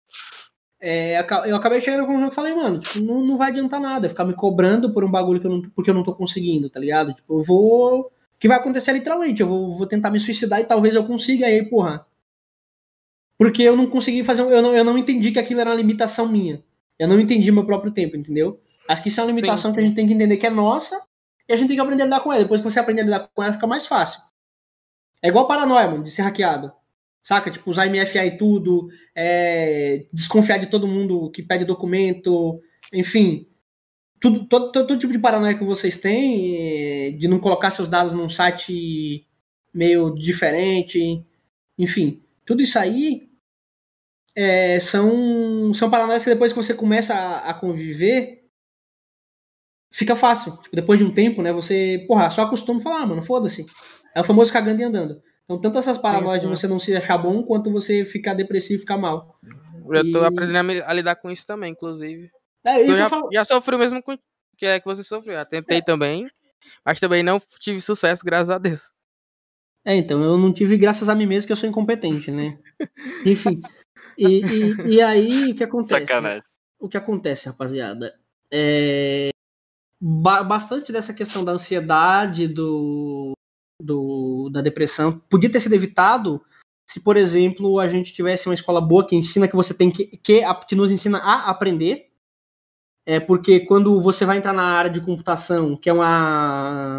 é, eu acabei chegando à conclusão que falei, mano, tipo, não, não vai adiantar nada ficar me cobrando por um bagulho que eu não, porque eu não tô conseguindo, tá ligado? Tipo, eu vou... O que vai acontecer literalmente? Eu vou, vou tentar me suicidar e talvez eu consiga, aí, porra. Porque eu não consegui fazer... Eu não, eu não entendi que aquilo era uma limitação minha. Eu não entendi meu próprio tempo, entendeu? Acho que isso é uma limitação sim, sim. que a gente tem que entender que é nossa, e a gente tem que aprender a lidar com ela. Depois que você aprender a lidar com ela, fica mais fácil. É igual paranoia, mano, de ser hackeado. Saca? Tipo, usar M F A e tudo, é, desconfiar de todo mundo que pede documento, enfim. Tudo, todo, todo, todo tipo de paranoia que vocês têm, de não colocar seus dados num site meio diferente, enfim. Tudo isso aí é, são, são paranoias que depois que você começa a, a conviver, fica fácil. Tipo, depois de um tempo, né, você, porra, só acostuma a falar, ah, mano, foda-se. É o famoso cagando e andando. Então, tanto essas paranoias de você não se achar bom, quanto você ficar depressivo e ficar mal.
Eu tô
e...
aprendendo a lidar com isso também, inclusive.
É,
eu já,
falo...
já sofri o mesmo com... que é que você sofreu. Já tentei é. também, mas também não tive sucesso, graças a Deus.
É, então, eu não tive graças a mim mesmo, que eu sou incompetente, né? Enfim. E, e, e aí, o que acontece?
Sacanagem.
O que acontece, rapaziada? É... Ba- bastante dessa questão da ansiedade, do... Do, da depressão, podia ter sido evitado se, por exemplo, a gente tivesse uma escola boa que ensina que você tem que, que, que nos ensina a aprender, é porque quando você vai entrar na área de computação, que é uma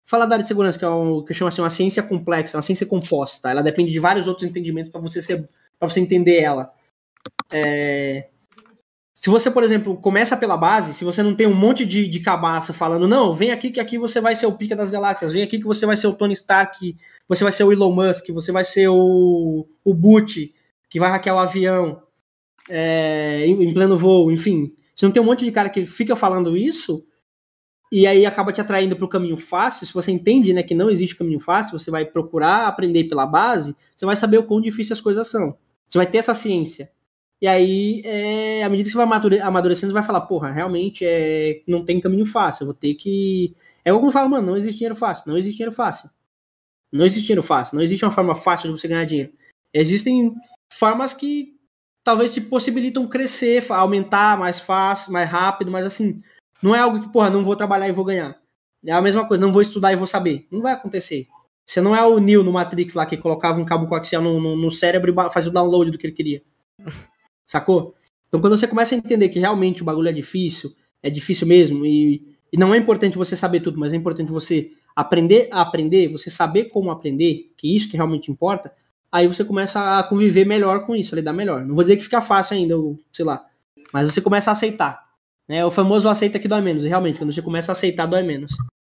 Falar da área de segurança, que é o que eu chamo assim, uma ciência complexa, uma ciência composta. Ela depende de vários outros entendimentos para você ser, para você entender ela. É... Se você, por exemplo, começa pela base, se você não tem um monte de, de cabaça falando, não, vem aqui que aqui você vai ser o pica das galáxias, vem aqui que você vai ser o Tony Stark, você vai ser o Elon Musk, você vai ser o, o Boot, que vai hackear o avião é, em, em pleno voo, enfim. Se não tem um monte de cara que fica falando isso, e aí acaba te atraindo para o caminho fácil, se você entende, né, que não existe caminho fácil, você vai procurar aprender pela base, você vai saber o quão difíceis as coisas são. Você vai ter essa ciência. E aí, é, à medida que você vai amadurecendo, você vai falar, porra, realmente é, não tem caminho fácil, eu vou ter que... É como fala, mano, não existe dinheiro fácil, não existe dinheiro fácil. Não existe dinheiro fácil, não existe uma forma fácil de você ganhar dinheiro. Existem formas que talvez te possibilitam crescer, aumentar mais fácil, mais rápido, mas assim, não é algo que, porra, não vou trabalhar e vou ganhar. É a mesma coisa, não vou estudar e vou saber. Não vai acontecer. Você não é o Neo no Matrix lá que colocava um cabo coaxial no, no, no cérebro e fazia o download do que ele queria. Sacou? Então quando você começa a entender que realmente o bagulho é difícil, é difícil mesmo, e, e não é importante você saber tudo, mas é importante você aprender a aprender, você saber como aprender, que isso que realmente importa, aí você começa a conviver melhor com isso, lidar melhor. Não vou dizer que fica fácil ainda, ou, sei lá, mas você começa a aceitar. Né? O famoso aceita que dói menos, e realmente, quando você começa a aceitar, dói menos.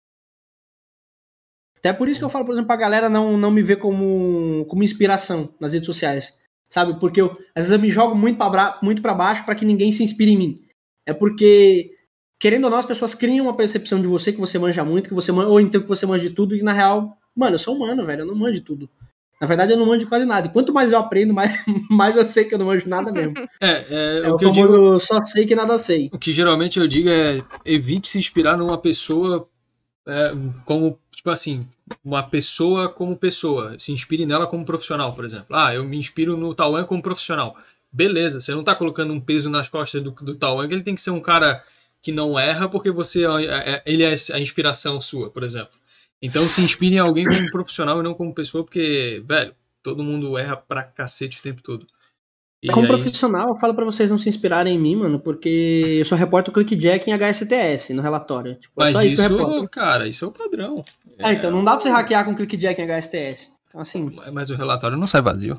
Até por isso que eu falo, por exemplo, pra galera não, não me ver como, como inspiração nas redes sociais. Sabe? Porque eu, às vezes eu me jogo muito pra, muito pra baixo para que ninguém se inspire em mim. É porque, querendo ou não, as pessoas criam uma percepção de você que você manja muito, que você man... ou então que você manja de tudo, e na real, mano, eu sou humano, velho, eu não manjo de tudo. Na verdade, eu não manjo de quase nada. E quanto mais eu aprendo, mais, mais eu sei que eu não manjo nada mesmo.
É, é,
é
o
o
que eu
famoso,
digo...
eu só sei que nada sei.
O que geralmente eu digo é evite se inspirar numa pessoa é, como, tipo assim, uma pessoa como pessoa. Se inspire nela como profissional, por exemplo. Ah, eu me inspiro no Tauan como profissional. Beleza, você não tá colocando um peso nas costas do, do Tauan, que ele tem que ser um cara que não erra porque você é, ele é a inspiração sua, por exemplo. Então se inspire em alguém como profissional e não como pessoa, porque, velho, todo mundo erra pra cacete o tempo todo. E
como
aí...
profissional, eu falo pra vocês não se inspirarem em mim, mano, porque eu só reporto o clickjack em H S T S no relatório. Tipo,
Mas
é só isso,
isso,
que eu reporto.
Cara, isso é o padrão.
Ah, é... então não dá pra você hackear com clickjack em H S T S. Então, assim...
Mas o relatório não sai vazio.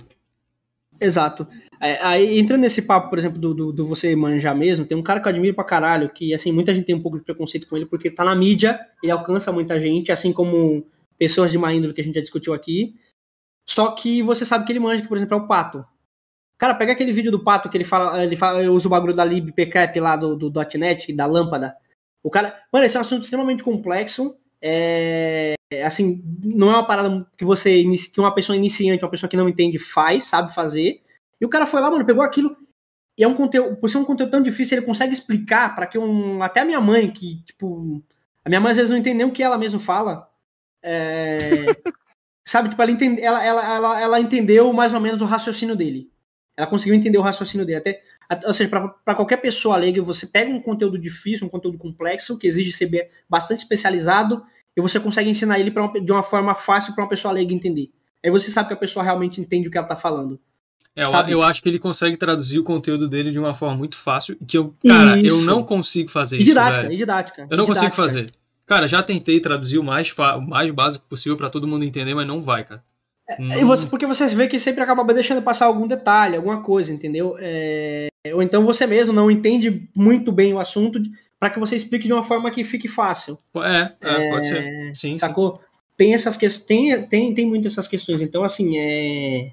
Exato. É, aí, entrando nesse papo, por exemplo, do, do, do você manjar mesmo, tem um cara que eu admiro pra caralho, que, assim, muita gente tem um pouco de preconceito com ele, porque ele tá na mídia, ele alcança muita gente, assim como pessoas de má índole que a gente já discutiu aqui. Só que você sabe que ele manja, que, por exemplo, é o Pato. Cara, pega aquele vídeo do Pato que ele fala, ele fala, ele usa o bagulho da libpcap lá do, do .NET, da lâmpada. O cara, mano, esse é um assunto extremamente complexo. É, assim, não é uma parada que você, que uma pessoa iniciante, uma pessoa que não entende faz, sabe fazer. E o cara foi lá, mano, pegou aquilo. E é um conteúdo, por ser um conteúdo tão difícil, ele consegue explicar para que um, até a minha mãe, que, tipo, a minha mãe às vezes não entende nem o que ela mesma fala. É, sabe, tipo, ela, entende, ela, ela, ela, ela entendeu mais ou menos o raciocínio dele. Ela conseguiu entender o raciocínio dele. Até, ou seja, para qualquer pessoa leiga, você pega um conteúdo difícil, um conteúdo complexo, que exige ser bastante especializado, e você consegue ensinar ele pra uma, de uma forma fácil para uma pessoa leiga entender. Aí você sabe que a pessoa realmente entende o que ela tá falando.
É, eu, eu acho que ele consegue traduzir o conteúdo dele de uma forma muito fácil, que eu, cara, isso. eu não consigo fazer
e didática,
isso, velho.
E didática,
eu não
e didática.
consigo fazer. Cara, já tentei traduzir o mais, o mais básico possível para todo mundo entender, mas não vai, cara.
É, e você, porque você vê que sempre acaba deixando passar algum detalhe, alguma coisa, entendeu? É, ou então você mesmo não entende muito bem o assunto para que você explique de uma forma que fique fácil.
É, é, é pode ser. Sim,
sacou? Sim. Tem essas questões, tem, tem, tem muitas essas questões. Então, assim, é...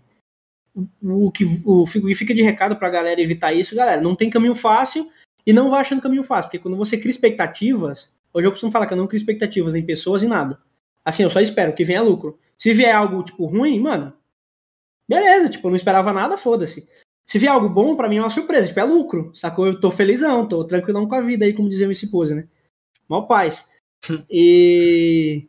o, o, que, o, o que fica de recado pra galera evitar isso, galera, não tem caminho fácil e não vai achando caminho fácil, porque quando você cria expectativas, hoje eu costumo falar que eu não crio expectativas em pessoas e nada. Assim, eu só espero que venha lucro. Se vier algo, tipo, ruim, mano, beleza, tipo, eu não esperava nada, foda-se. Se vier algo bom, pra mim é uma surpresa, tipo, é lucro, sacou? Eu tô felizão, tô tranquilão com a vida aí, como dizia o Missy Pose, né? Mal paz. E...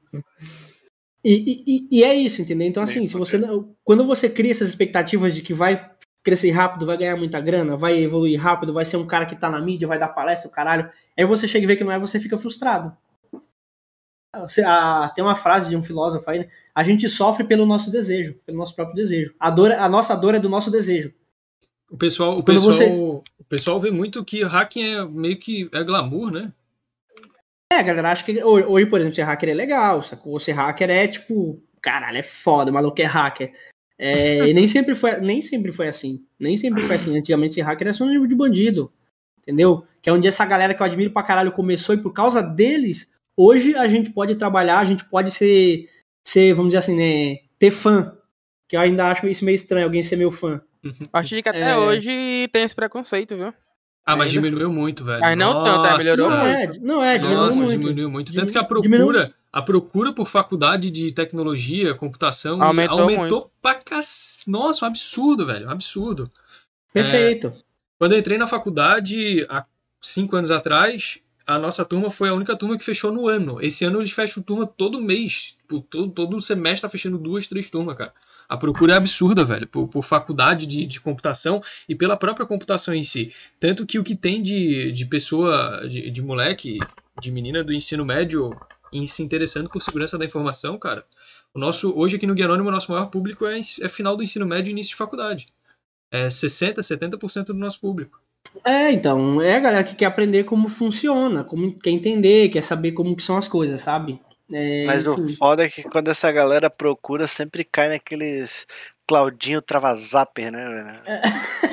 E, e... e é isso, entendeu? Então, assim, se você não... quando você cria essas expectativas de que vai crescer rápido, vai ganhar muita grana, vai evoluir rápido, vai ser um cara que tá na mídia, vai dar palestra, o caralho, aí você chega e vê que não é, você fica frustrado. Você, a, tem uma frase de um filósofo aí, né? A gente sofre pelo nosso desejo, pelo nosso próprio desejo. A, dor, a nossa dor é do nosso desejo.
O pessoal, o pessoal, você... o pessoal vê muito que hacking é meio que é glamour, né?
É, a galera acha que hoje, por exemplo, ser hacker é legal, sacou? Ser hacker é tipo, caralho, é foda, o maluco é hacker. É, e nem sempre, foi, nem sempre foi assim. Nem sempre foi assim. Antigamente ser hacker era só um nível de bandido. Entendeu? Que é onde essa galera que eu admiro pra caralho começou, e por causa deles, hoje a gente pode trabalhar, a gente pode ser, ser vamos dizer assim, né, ter fã. Que eu ainda acho isso meio estranho, alguém ser meu fã.
Acho que até
É.
hoje tem esse preconceito, viu?
Ah, mas
Ainda?
diminuiu muito, velho.
Mas não tanto, é, melhorou
Não
Nossa.
é, não é, diminuiu
Nossa,
muito.
diminuiu muito.
Diminu-
Tanto que a
diminuiu-
procura, a procura por faculdade de tecnologia, computação,
Aumentou
aumentou
muito.
pra cacete. Nossa, um absurdo, velho. Um absurdo.
Perfeito.
Quando eu entrei na faculdade, há cinco anos atrás, a nossa turma foi a única turma que fechou no ano. Esse ano eles fecham turma todo mês. Tipo, todo, todo semestre tá fechando duas, três turmas, cara. A procura é absurda, velho, por, por faculdade de, de computação e pela própria computação em si. Tanto que o que tem de, de pessoa, de, de moleque, de menina do ensino médio em se interessando por segurança da informação, cara. O nosso, hoje aqui no Guianônimo, o nosso maior público é, é final do ensino médio e início de faculdade. É sessenta, setenta por cento do nosso público.
É, então, é a galera que quer aprender como funciona, como quer entender, quer saber como que são as coisas, sabe? É,
Mas o
enfim.
foda é que quando essa galera procura, sempre cai naqueles Claudinho Travazapper, né, velho?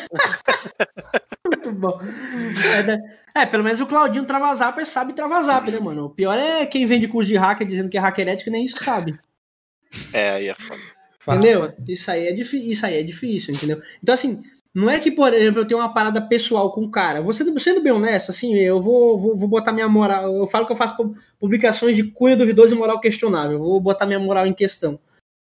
Muito bom. É, né? É, pelo menos o Claudinho Travazapper sabe Travazapper, né, mano? O pior é quem vende curso de hacker dizendo que é hacker ético e nem isso sabe.
É, aí é foda.
Entendeu? Isso aí é difícil, isso aí é difícil, entendeu? Então, assim, não é que, por exemplo, eu tenho uma parada pessoal com o cara. Você sendo bem honesto, assim, eu vou, vou, vou botar minha moral. Eu falo que eu faço publicações de cunho duvidoso e moral questionável. Eu vou botar minha moral em questão.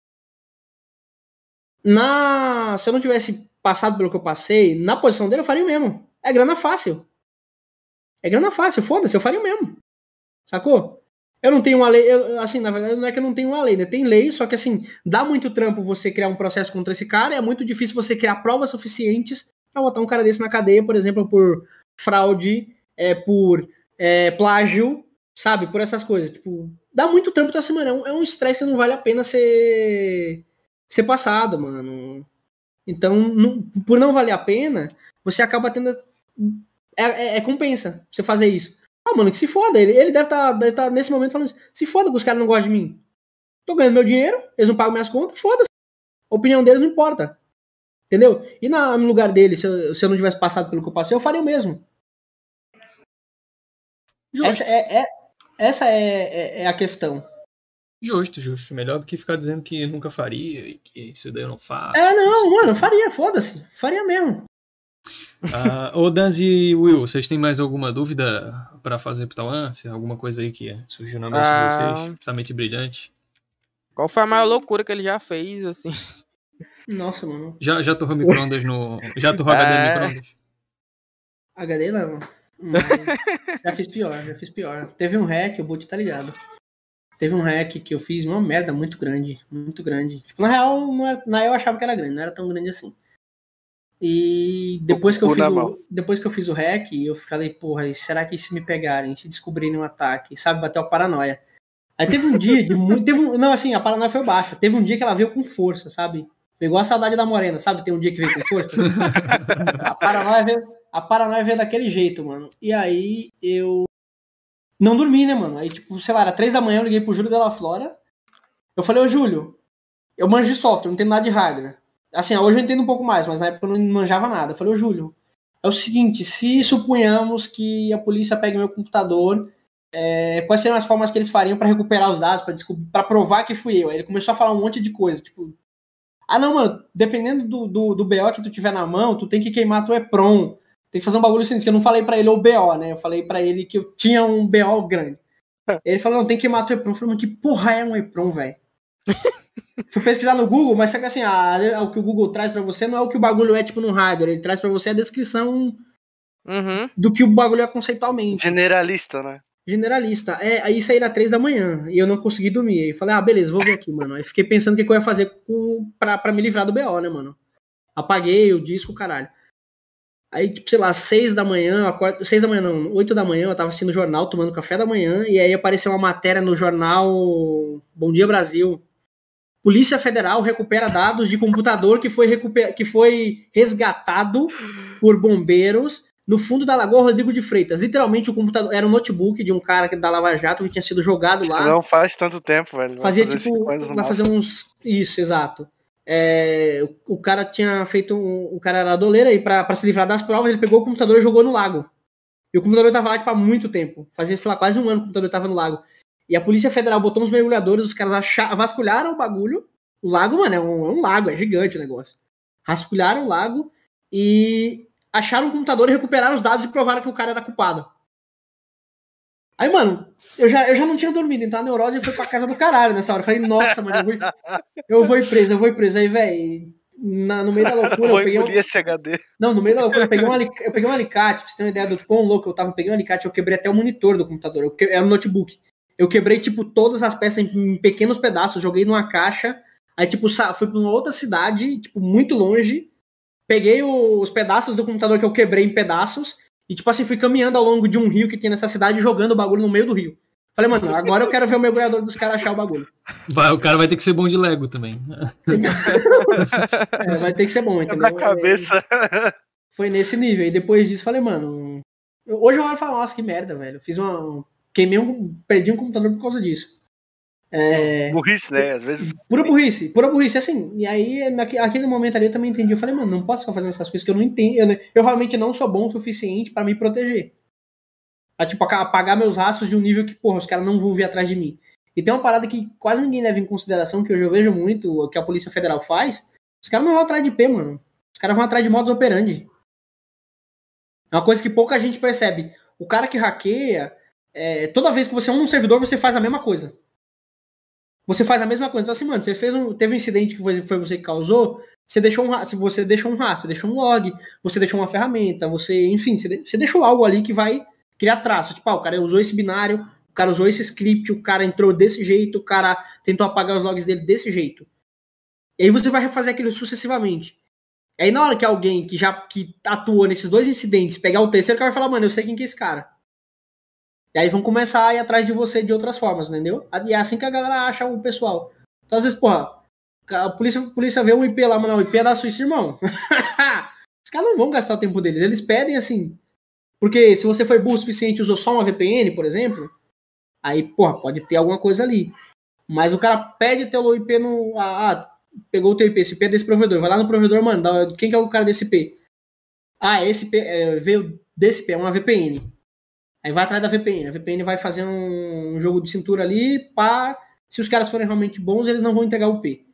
Na, se eu não tivesse passado pelo que eu passei, na posição dele, eu faria o mesmo. É grana fácil. É grana fácil, foda-se, eu faria o mesmo. Sacou? Eu não tenho uma lei, eu, assim, na verdade não é que eu não tenho uma lei, né? Tem lei, só que assim, dá muito trampo você criar um processo contra esse cara, é muito difícil você criar provas suficientes pra botar um cara desse na cadeia, por exemplo, por fraude, é, por é, plágio, sabe? Por essas coisas. Tipo, dá muito trampo pra semana. É um estresse que não vale a pena ser, ser passado, mano. Então, não, por não valer a pena, você acaba tendo. É, é, é compensa você fazer isso. Ah, mano, que se foda. Ele, ele deve estar tá, tá nesse momento falando assim, se foda que os caras não gostam de mim. Tô ganhando meu dinheiro, eles não pagam minhas contas, foda-se. A opinião deles não importa. Entendeu? E na, no lugar dele, se eu, se eu não tivesse passado pelo que eu passei, eu faria o mesmo.
Justo.
Essa, é, é, essa é, é, é a questão.
Justo, justo. Melhor do que ficar dizendo que nunca faria e que isso daí eu não faço.
É, não, mano, eu faria, foda-se. Faria mesmo.
Uh, ô, Danzi e Will, vocês têm mais alguma dúvida para fazer pro Tauan? Se alguma coisa aí que surgiu na mente
Ah.
de vocês? Essa mente brilhante.
Qual foi a maior loucura que ele já fez, assim?
Nossa, mano.
Já, já torrou micro-ondas no... Já torrou H D no
É.
micro-ondas?
H D não. Mas já fiz pior, já fiz pior. Teve um hack, o boot tá ligado. Teve um hack que eu fiz, uma merda muito grande, muito grande. Tipo, na real, não era, na real eu achava que era grande, não era tão grande assim. E depois que eu
cu
fiz
na
o,
mão.
depois que eu fiz o hack, eu falei, porra, será que se me pegarem, se descobrirem um ataque, sabe, bateu a paranoia. Aí teve um dia de muito, teve um, não, assim, a paranoia foi baixa. Teve um dia que ela veio com força, sabe? Pegou a saudade da morena, sabe? Tem um dia que veio com força. A paranoia veio, a paranoia veio daquele jeito, mano. E aí eu não dormi, né, mano? Aí, tipo, sei lá, era três da manhã, eu liguei pro Júlio Della Flora. Eu falei, ô Júlio, eu manjo de software, não entendo nada de hardware. Assim, hoje eu entendo um pouco mais, mas na época eu não manjava nada. Eu falei, ô Júlio, é o seguinte, se suponhamos que a polícia pegue meu computador, é, quais seriam as formas que eles fariam pra recuperar os dados, pra, descobrir, pra provar que fui eu? Aí ele começou a falar um monte de coisa, tipo, ah não, mano, dependendo do, do, do B O que tu tiver na mão, tu tem que queimar teu EPROM, tem que fazer um bagulho assim, que eu não falei pra ele o B O, né, eu falei pra ele que eu tinha um B O grande. Ele falou, não, tem que queimar teu EPROM. Eu falei, mano, que porra é um EPROM, velho? Fui pesquisar no Google, mas sabe que assim, a, o que o Google traz pra você não é o que o bagulho é tipo no hardware, ele traz pra você a descrição
Uhum.
do que o bagulho é conceitualmente.
Generalista, né?
Generalista. É, aí saí às três da manhã e eu não consegui dormir. Aí falei, ah, beleza, vou ver aqui, mano. Aí fiquei pensando o que, que eu ia fazer com, pra, pra me livrar do B O, né, mano? Apaguei o disco, caralho. Aí, tipo, sei lá, seis da manhã, acordo, seis da manhã não, oito da manhã, eu tava assistindo o jornal, tomando café da manhã, e aí apareceu uma matéria no jornal Bom Dia Brasil. Polícia Federal recupera dados de computador que foi, recuper... que foi resgatado por bombeiros no fundo da Lagoa Rodrigo de Freitas. Literalmente o computador era um notebook de um cara da Lava Jato que tinha sido jogado
Isso
lá.
não faz tanto tempo, velho.
Fazia tipo, vai fazer uns... Isso, exato. É, o, o cara tinha feito, um, o cara era doleiro e pra, pra se livrar das provas, ele pegou o computador e jogou no lago. E o computador tava lá tipo, há muito tempo. Fazia, sei lá, quase um ano que o computador tava no lago. E a Polícia Federal botou uns mergulhadores, os caras achar, vasculharam o bagulho. O lago, mano, é um, é um lago, é gigante o negócio. Vasculharam o lago e acharam o computador e recuperaram os dados e provaram que o cara era culpado. Aí, mano, eu já, eu já não tinha dormido, então a neurose foi pra casa do caralho nessa hora. Eu falei, nossa, mano, eu vou, eu vou ir preso, eu vou ir preso. Aí, velho, no meio da loucura,
eu
eu peguei um...
esse H D.
Não, no meio da loucura, eu peguei um, alic... eu peguei um alicate, pra você ter uma ideia do quão louco eu tava, eu peguei um alicate, eu quebrei até o monitor do computador, eu que... era um notebook. Eu quebrei, tipo, todas as peças em pequenos pedaços, joguei numa caixa, aí, tipo, fui pra uma outra cidade, tipo, muito longe, peguei os pedaços do computador que eu quebrei em pedaços, e, tipo assim, fui caminhando ao longo de um rio que tinha nessa cidade, jogando o bagulho no meio do rio. Falei, mano, agora eu quero ver o mergulhador dos caras achar o bagulho.
Vai, o cara vai ter que ser bom de Lego também.
É, vai ter que ser bom, entendeu?
Na cabeça.
Foi nesse nível. E depois disso, falei, mano... Hoje eu olho e falo, nossa, que merda, velho. Fiz uma... Queimei um... Perdi um computador por causa disso. É...
Burrice, né? Às vezes...
Pura burrice. Pura burrice, assim. E aí, naquele momento ali, eu também entendi. Eu falei, mano, não posso ficar fazendo essas coisas que eu não entendo. Eu, eu realmente não sou bom o suficiente pra me proteger. Pra, tipo, apagar meus rastros de um nível que, porra, os caras não vão vir atrás de mim. E tem uma parada que quase ninguém leva em consideração, que hoje eu vejo muito, que a Polícia Federal faz. Os caras não vão atrás de I P, mano. Os caras vão atrás de modus operandi. É uma coisa que pouca gente percebe. O cara que hackeia, é, toda vez que você é um servidor, você faz a mesma coisa. Você faz a mesma coisa. Então, assim, mano, você fez um, teve um incidente que foi, foi você que causou, você deixou um rastro, você deixou um rastro, você deixou um log, você deixou uma ferramenta, você, enfim, você, você deixou algo ali que vai criar traço. Tipo, ah, o cara usou esse binário, o cara usou esse script, o cara entrou desse jeito, o cara tentou apagar os logs dele desse jeito. E aí você vai refazer aquilo sucessivamente. E aí na hora que alguém que já que atuou nesses dois incidentes pegar o terceiro, o cara vai falar, mano, eu sei quem que é esse cara. E aí vão começar a ir atrás de você de outras formas, entendeu? E é assim que a galera acha o pessoal. Então às vezes, porra, a polícia, a polícia vê um I P lá, mano, o I P é da Suíça, irmão. Os caras não vão gastar o tempo deles, eles pedem assim. Porque se você foi burro o suficiente e usou só uma V P N, por exemplo, aí, porra, pode ter alguma coisa ali. Mas o cara pede teu I P no... Ah, pegou o teu I P, esse I P é desse provedor. Vai lá no provedor, mano, dá, quem que é o cara desse I P? Ah, esse I P é, veio desse I P, é uma V P N. Aí vai atrás da V P N. A V P N vai fazer um, um jogo de cintura ali, pá. Se os caras forem realmente bons, eles não vão entregar o I P.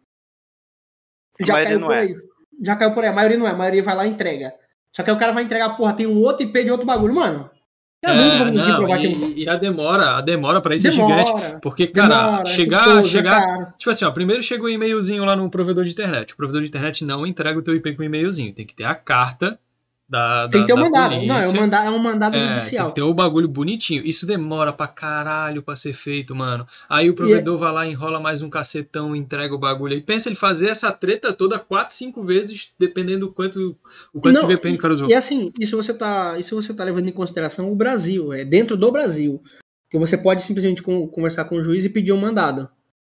Já
a maioria
caiu
não
por
é.
aí. Já caiu por aí. A maioria não é. A maioria vai lá e entrega. Só que aí o cara vai entregar, porra, tem um outro I P de outro bagulho, mano. Eu
é,
nunca vou conseguir
não,
provar
e,
que...
e a demora, a demora pra isso
Demora,
é gigante. Porque, cara,
demora,
chegar,
custoso,
chegar,
é caro.
tipo assim, ó, primeiro chega um e-mailzinho lá no provedor de internet. O provedor de internet não entrega o teu I P com um e-mailzinho. Tem que ter a carta da,
Tem
da,
que ter um
da
mandado.
polícia.
Não, é um mandado, é um mandado
É,
judicial.
tem que ter o bagulho bonitinho. Isso demora pra caralho pra ser feito, mano. Aí o provedor
é...
vai lá, enrola mais um cacetão, entrega o bagulho aí. Pensa ele fazer essa treta toda quatro, cinco vezes, dependendo do quanto, o quanto
Não,
de V P N o cara usou.
E assim, isso você, tá, isso você tá levando em consideração o Brasil, é dentro do Brasil. Que você pode simplesmente com, conversar com o juiz e pedir um mandado.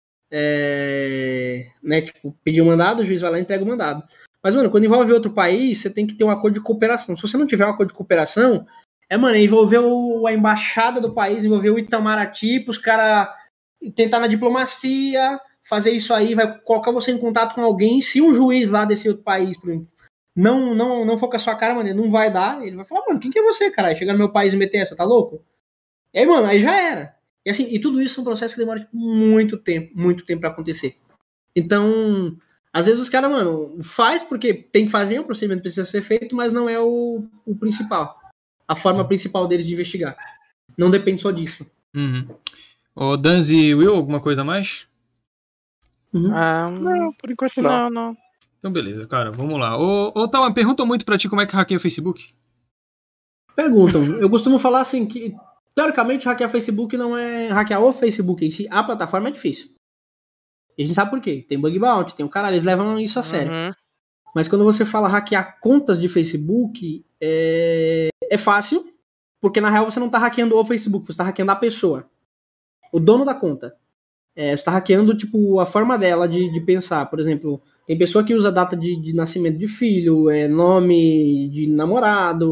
É, né, tipo, pedir um mandado, o juiz vai lá e entrega o mandado. Mas, mano, quando envolve outro país, você tem que ter um acordo de cooperação. Se você não tiver um acordo de cooperação, é, mano, envolver o, a embaixada do país, envolver o Itamaraty, os caras tentar na diplomacia, fazer isso aí, vai colocar você em contato com alguém. Se um juiz lá desse outro país, por exemplo, não, não, não for com a sua cara, mano, ele não vai dar, ele vai falar, mano, quem que é você, cara? Chegar no meu país e meter essa, tá louco? E aí, mano, aí já era. E assim, e tudo isso é um processo que demora tipo, muito tempo, muito tempo pra acontecer. Então... Às vezes os caras, mano, faz porque tem que fazer, o procedimento precisa ser feito, mas não é o, o principal. A forma principal deles de investigar. Não depende só disso.
Uhum. Ô, Danzi e Will, alguma coisa a mais?
Uhum.
Ah,
Não, por enquanto não.
não, não.
Então beleza, cara, vamos lá. Ô, ô Tauan, perguntam muito pra ti como é que hackeia o Facebook.
Perguntam. Eu costumo falar assim que, teoricamente, hackear Facebook não é... Hackear o Facebook em si, a plataforma é difícil. E a gente sabe por quê. Tem bug bounty, tem o caralho, eles levam isso a sério.
Uhum.
Mas quando você fala hackear contas de Facebook, é, é fácil, porque na real você não tá hackeando o Facebook, você tá hackeando a pessoa. O dono da conta. É, você tá hackeando, tipo, a forma dela de, de pensar. Por exemplo, tem pessoa que usa data de, de nascimento de filho, é, nome de namorado,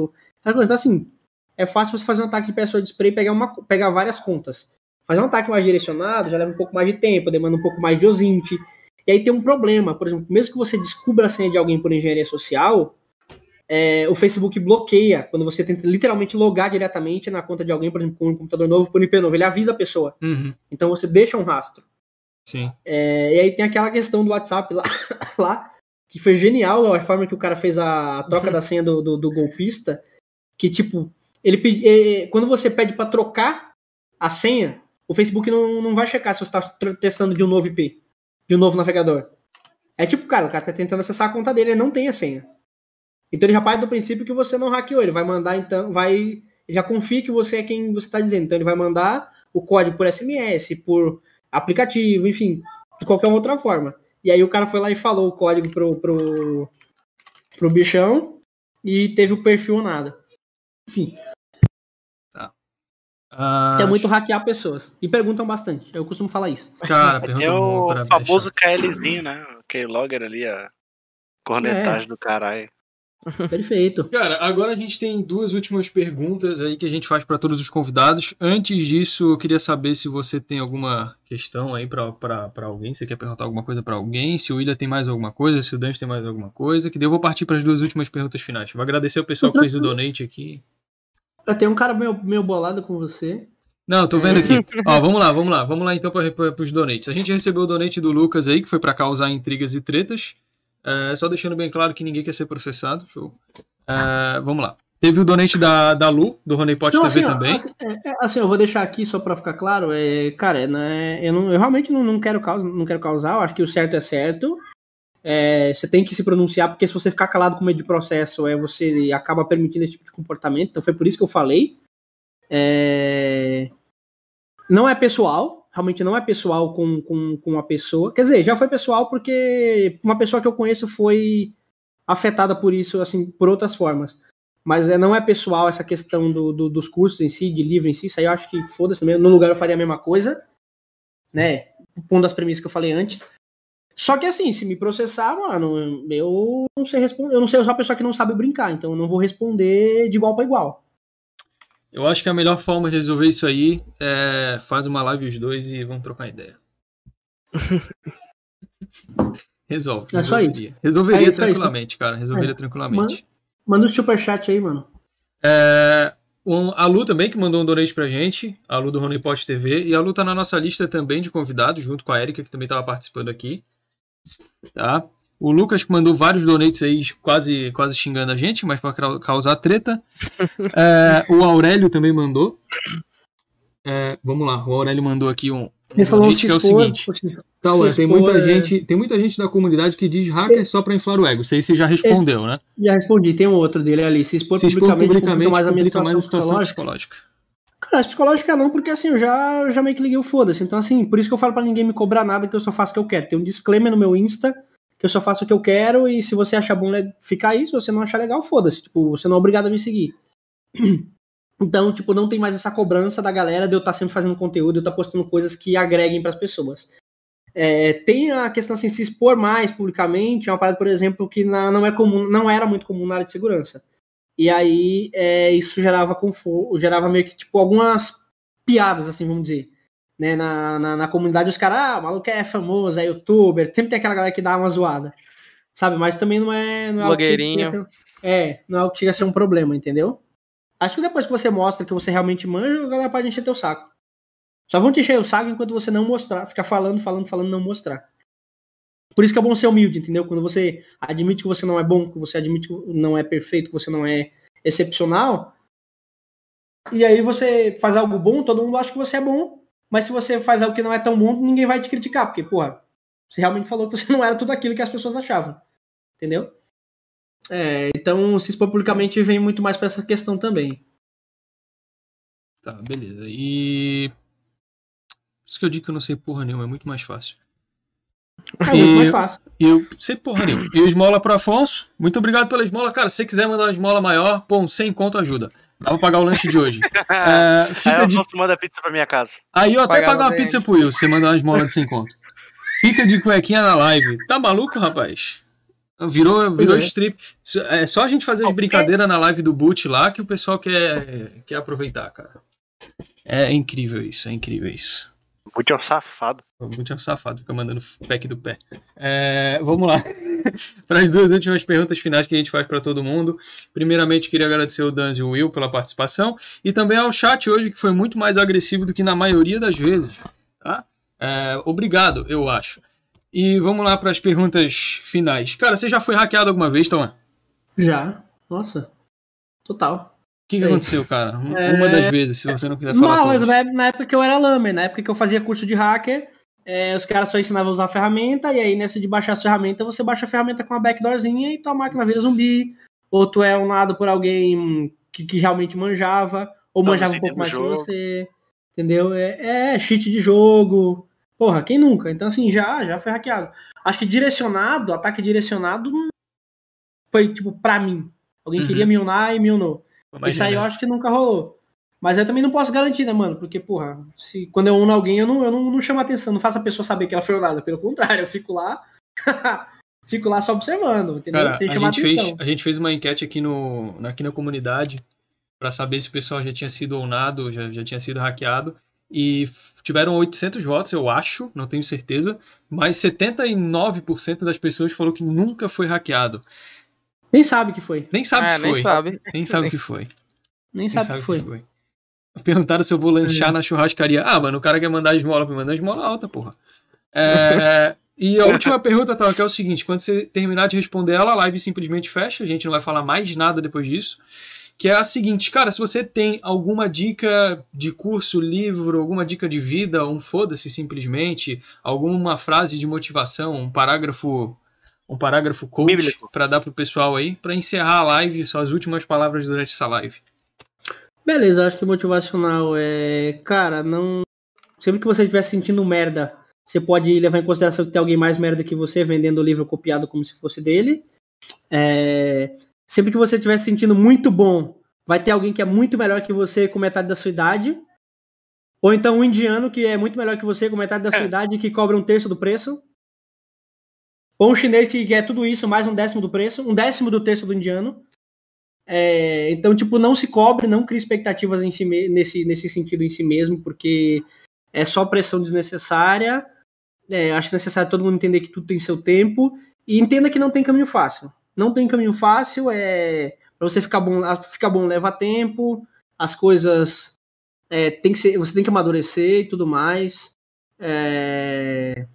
Então, assim, é fácil você fazer um ataque de password spray e pegar, uma, pegar várias contas. Fazer um ataque mais direcionado já leva um pouco mais de tempo, demanda um pouco mais de O S I N T. E aí tem um problema, por exemplo, mesmo que você descubra a senha de alguém por engenharia social, é, o Facebook bloqueia quando você tenta literalmente logar diretamente na conta de alguém, por exemplo, com um computador novo, por I P novo, ele avisa a pessoa.
Uhum.
Então você deixa um rastro.
Sim.
É, e aí tem aquela questão do WhatsApp lá, lá que foi genial a forma que o cara fez a troca uhum. da senha do, do, do golpista, que tipo, ele pedi, quando você pede para trocar a senha, o Facebook não, não vai checar se você está testando de um novo I P, de um novo navegador. É tipo, cara, o cara tá tentando acessar a conta dele, ele não tem a senha. Então ele já parte do princípio que você não hackeou, ele vai mandar então, vai, já confia que você é quem você está dizendo, então ele vai mandar o código por S M S, por aplicativo, enfim, de qualquer outra forma. E aí o cara foi lá e falou o código pro, pro, pro bichão e teve o perfil nada. Enfim.
Tá. Uh...
É muito hackear pessoas. E perguntam bastante. Eu costumo falar isso.
Cara, pergunta
é o
pra
famoso KLzinho, né? O keylogger ali, a cornetagem é. do caralho.
Perfeito.
Cara, agora a gente tem duas últimas perguntas aí que a gente faz para todos os convidados. Antes disso, eu queria saber se você tem alguma questão aí para alguém, se você quer perguntar alguma coisa para alguém, se o William tem mais alguma coisa, se o Dante tem mais alguma coisa, que daí eu vou partir para as duas últimas perguntas finais. Vou agradecer o pessoal que fez o donate aqui.
Eu tenho um cara meio, meio bolado com você.
Não, tô vendo aqui. Ó, vamos lá, vamos lá. Vamos lá então para os donates. A gente recebeu o donate do Lucas aí, que foi para causar intrigas e tretas. É, só deixando bem claro que ninguém quer ser processado. Show. É, vamos lá. Teve o donate da, da Lu, do Honeypot T V
assim,
também.
Assim, é, assim, eu vou deixar aqui só pra ficar claro. É, cara, né, eu, não, eu realmente não, não, quero causar, não quero causar. Eu acho que o certo é certo. É, você tem que se pronunciar, porque se você ficar calado com medo de processo, é, você acaba permitindo esse tipo de comportamento. Então foi por isso que eu falei. É, não é pessoal. Realmente não é pessoal com, com, com uma pessoa. Quer dizer, já foi pessoal porque uma pessoa que eu conheço foi afetada por isso, assim, por outras formas. Mas é, não é pessoal essa questão do, do, dos cursos em si, de livro em si. Isso aí eu acho que foda-se mesmo. No lugar eu faria a mesma coisa, né? Um das premissas que eu falei antes. Só que assim, se me processar, mano, eu não sei responder. Eu não sei usar uma pessoa que não sabe brincar, então eu não vou responder de igual para igual.
Eu acho que a melhor forma de resolver isso aí é faz uma live os dois e vamos trocar ideia. Resolve.
É só isso.
Resolveria
é isso,
tranquilamente,
é isso.
cara. Resolveria é. tranquilamente.
Manda, manda o superchat aí, mano.
É, um, a Lu também, que mandou um donate pra gente. A Lu do Honeypot T V. E a Lu tá na nossa lista também de convidados, junto com a Erika, que também tava participando aqui. Tá? O Lucas que mandou vários donates aí, quase, quase xingando a gente, mas para causar treta. É, o Aurélio também mandou. É, vamos lá, o Aurélio mandou aqui um, um
Ele falou
donate que é o seguinte. Tá, ué, tem, muita
é...
gente, tem muita gente da comunidade que diz hacker é... só para inflar o ego. Sei se você já respondeu, né?
Já respondi, tem um outro dele ali. Se expor, se expor publicamente, publicamente mais a minha situação,
mais a situação
psicológica.
psicológica.
Cara, psicológica não, porque assim, eu já, eu já meio que liguei o foda-se. Então assim, por isso que eu falo pra ninguém me cobrar nada, que eu só faço o que eu quero. Tem um disclaimer no meu Insta, que eu só faço o que eu quero, e se você achar bom ficar aí, se você não achar legal, foda-se. Tipo, você não é obrigado a me seguir. Então, tipo, não tem mais essa cobrança da galera de eu estar sempre fazendo conteúdo, de eu estar postando coisas que agreguem pras pessoas. É, tem a questão assim, se expor mais publicamente, é uma parada, por exemplo, que na, não, é comum, não era muito comum na área de segurança. E aí, é, isso gerava conforto, gerava meio que, tipo, algumas piadas, assim, vamos dizer. Né, na, na, na comunidade os caras, ah, o maluco é famoso, é youtuber, sempre tem aquela galera que dá uma zoada, sabe, mas também não é, não é
blogueirinho.
Algo que ser, é, não é algo que chega a ser um problema, entendeu? Acho que depois que você mostra que você realmente manja, a galera pode encher teu saco. Só vão te encher o saco enquanto você não mostrar, ficar falando, falando, falando, não mostrar. Por isso que é bom ser humilde, entendeu? Quando você admite que você não é bom, que você admite que não é perfeito, que você não é excepcional, e aí você faz algo bom, todo mundo acha que você é bom. Mas se você faz algo que não é tão bom, ninguém vai te criticar, porque, porra, você realmente falou que você não era tudo aquilo que as pessoas achavam. Entendeu? É, então, se expor publicamente vem muito mais pra essa questão também.
Tá, beleza. E... Por isso que eu digo que eu não sei porra nenhuma, é muito mais fácil.
É e... muito mais fácil.
E eu sei porra nenhuma. E o esmola pro Afonso. Muito obrigado pela esmola. Cara, se você quiser mandar uma esmola maior, pô, um cem conto ajuda. Dá pra pagar o lanche de hoje. É, fica
aí o
de...
Afonso manda pizza pra minha casa.
Aí eu até
Pagar
pagar uma pizza pro Will, se você mandar uma esmola de cem conto. Fica de cuequinha na live. Tá maluco, rapaz? Virou, virou
é.
strip. É só a gente fazer as brincadeiras na live do Boot lá que o pessoal quer, quer aproveitar, cara. É incrível isso, é incrível isso.
O Boot é um safado.
O Boot é um safado, fica mandando pack do pé. É, vamos lá. Para as duas últimas perguntas finais que a gente faz para todo mundo. Primeiramente, queria agradecer o Danzi e o Will pela participação. E também ao chat hoje, que foi muito mais agressivo do que na maioria das vezes. Tá? É, obrigado, eu acho. E vamos lá para as perguntas finais. Cara, você já foi hackeado alguma vez, Tom?
Já. Nossa. Total.
O que, que aconteceu, cara?
É...
Uma das vezes, se você não quiser falar
Não,
todas.
na, na época que eu era lamer, na época que eu fazia curso de hacker, é, os caras só ensinavam a usar a ferramenta, e aí nessa de baixar a ferramenta, você baixa a ferramenta com uma backdoorzinha e tua máquina vira zumbi, ou tu é unado por alguém que, que realmente manjava, ou manjava um pouco mais que você, entendeu? É, é cheat de jogo... Porra, quem nunca? Então, assim, já, já foi hackeado. Acho que direcionado, ataque direcionado, foi, tipo, pra mim. Alguém uhum. queria me unar e me unou. Imagina. Isso aí eu acho que nunca rolou. Mas eu também não posso garantir, né, mano? Porque, porra, se, quando eu uno alguém, eu não, eu não, não chamo atenção, não faço a pessoa saber que ela foi unada. Pelo contrário, eu fico lá, fico lá só observando, entendeu?
Cara, a gente, fez, a gente fez uma enquete aqui, no, aqui na comunidade pra saber se o pessoal já tinha sido unado, já, já tinha sido hackeado. E tiveram oitocentos votos, eu acho, não tenho certeza, mas setenta e nove por cento das pessoas falou que nunca foi hackeado.
Nem sabe que foi.
Nem sabe
é,
que foi.
Nem sabe.
Nem sabe que foi.
Nem sabe, sabe que, foi. que foi.
Perguntaram se eu vou lanchar é. na churrascaria. Ah, mano, o cara quer mandar esmola pra mandar esmola alta, porra. É, e a última pergunta, tá, que é o seguinte, quando você terminar de responder ela, a live simplesmente fecha, a gente não vai falar mais nada depois disso. Que é a seguinte, cara, se você tem alguma dica de curso, livro, alguma dica de vida, um foda-se simplesmente, alguma frase de motivação, um parágrafo, um parágrafo coach para dar pro pessoal aí, para encerrar a live, suas últimas palavras durante essa live.
Beleza, acho que motivacional é, cara, não, sempre que você estiver sentindo merda, você pode levar em consideração que tem alguém mais merda que você vendendo o livro copiado como se fosse dele. É... Sempre que você estiver se sentindo muito bom, vai ter alguém que é muito melhor que você com metade da sua idade. Ou então um indiano que é muito melhor que você com metade da sua é. idade e que cobra um terço do preço. Ou um chinês que quer tudo isso mais um décimo do preço. Um décimo do terço do indiano. É, então, tipo, não se cobre, não crie expectativas em si, nesse, nesse sentido em si mesmo, porque é só pressão desnecessária. É, acho necessário todo mundo entender que tudo tem seu tempo. E entenda que não tem caminho fácil. Não tem caminho fácil, é para você ficar bom, ficar bom leva tempo, as coisas é, tem que ser, você tem que amadurecer e tudo mais, é,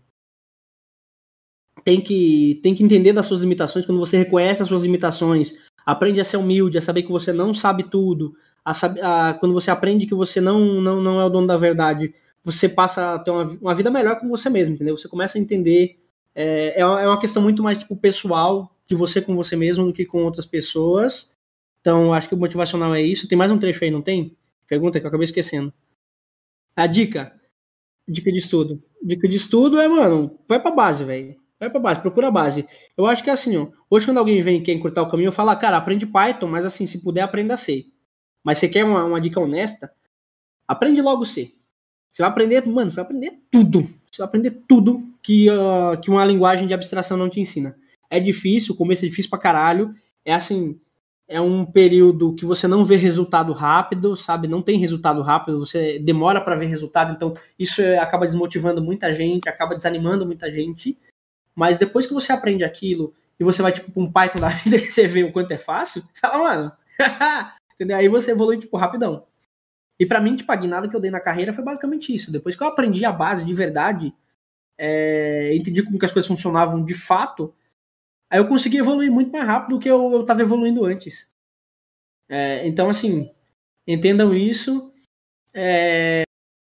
tem que tem que entender das suas limitações. Quando você reconhece as suas limitações, aprende a ser humilde, a saber que você não sabe tudo, a saber, a, quando você aprende que você não, não, não é o dono da verdade, você passa a ter uma, uma vida melhor com você mesmo, entendeu? Você começa a entender, é, é uma questão muito mais tipo pessoal, de você com você mesmo do que com outras pessoas. Então, acho que o motivacional é isso. Tem mais um trecho aí, não tem? Pergunta que eu acabei esquecendo. A dica. Dica de estudo. Dica de estudo é, mano, vai pra base, velho. Vai pra base, procura a base. Eu acho que é assim, ó. Hoje, quando alguém vem e quer encurtar o caminho, eu falo, cara, aprende Python, mas assim, se puder, aprenda C. Mas você quer uma, uma dica honesta? Aprende logo C. Você vai aprender, mano, você vai aprender tudo. Você vai aprender tudo que, uh, que uma linguagem de abstração não te ensina. É difícil, o começo é difícil pra caralho. É assim, é um período que você não vê resultado rápido, sabe? Não tem resultado rápido, você demora pra ver resultado, então isso acaba desmotivando muita gente, acaba desanimando muita gente. Mas depois que você aprende aquilo e você vai, tipo, pra um Python da vida que você vê o quanto é fácil, fala, mano, entendeu? Aí você evolui, tipo, rapidão. E pra mim, tipo, a guinada que eu dei na carreira foi basicamente isso. Depois que eu aprendi a base de verdade, é, entendi como que as coisas funcionavam de fato, aí eu consegui evoluir muito mais rápido do que eu, eu tava evoluindo antes. É, então, assim, entendam isso. É,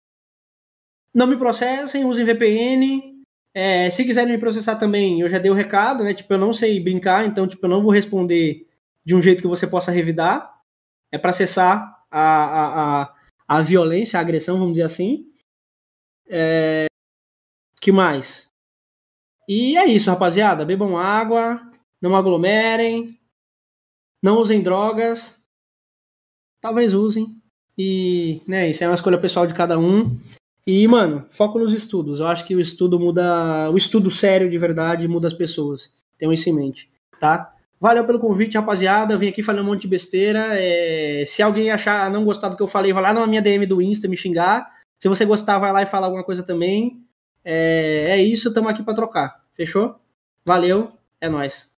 não me processem, usem V P N. É, se quiserem me processar também, eu já dei o recado, né? Tipo, eu não sei brincar, então, tipo, eu não vou responder de um jeito que você possa revidar. É para cessar a, a, a, a violência, a agressão, vamos dizer assim. É, que mais? E é isso, rapaziada. Bebam água, não aglomerem, não usem drogas. Talvez usem. E, né, isso é uma escolha pessoal de cada um. E, mano, foco nos estudos. Eu acho que o estudo muda... O estudo sério, de verdade, muda as pessoas. Tenham isso em mente. tá? Valeu pelo convite, rapaziada. Eu vim aqui falando um monte de besteira. É... Se alguém achar não gostar do que eu falei, vai lá na minha D M do Insta me xingar. Se você gostar, vai lá e fala alguma coisa também. É, é isso, estamos aqui para trocar. Fechou? Valeu, é nóis.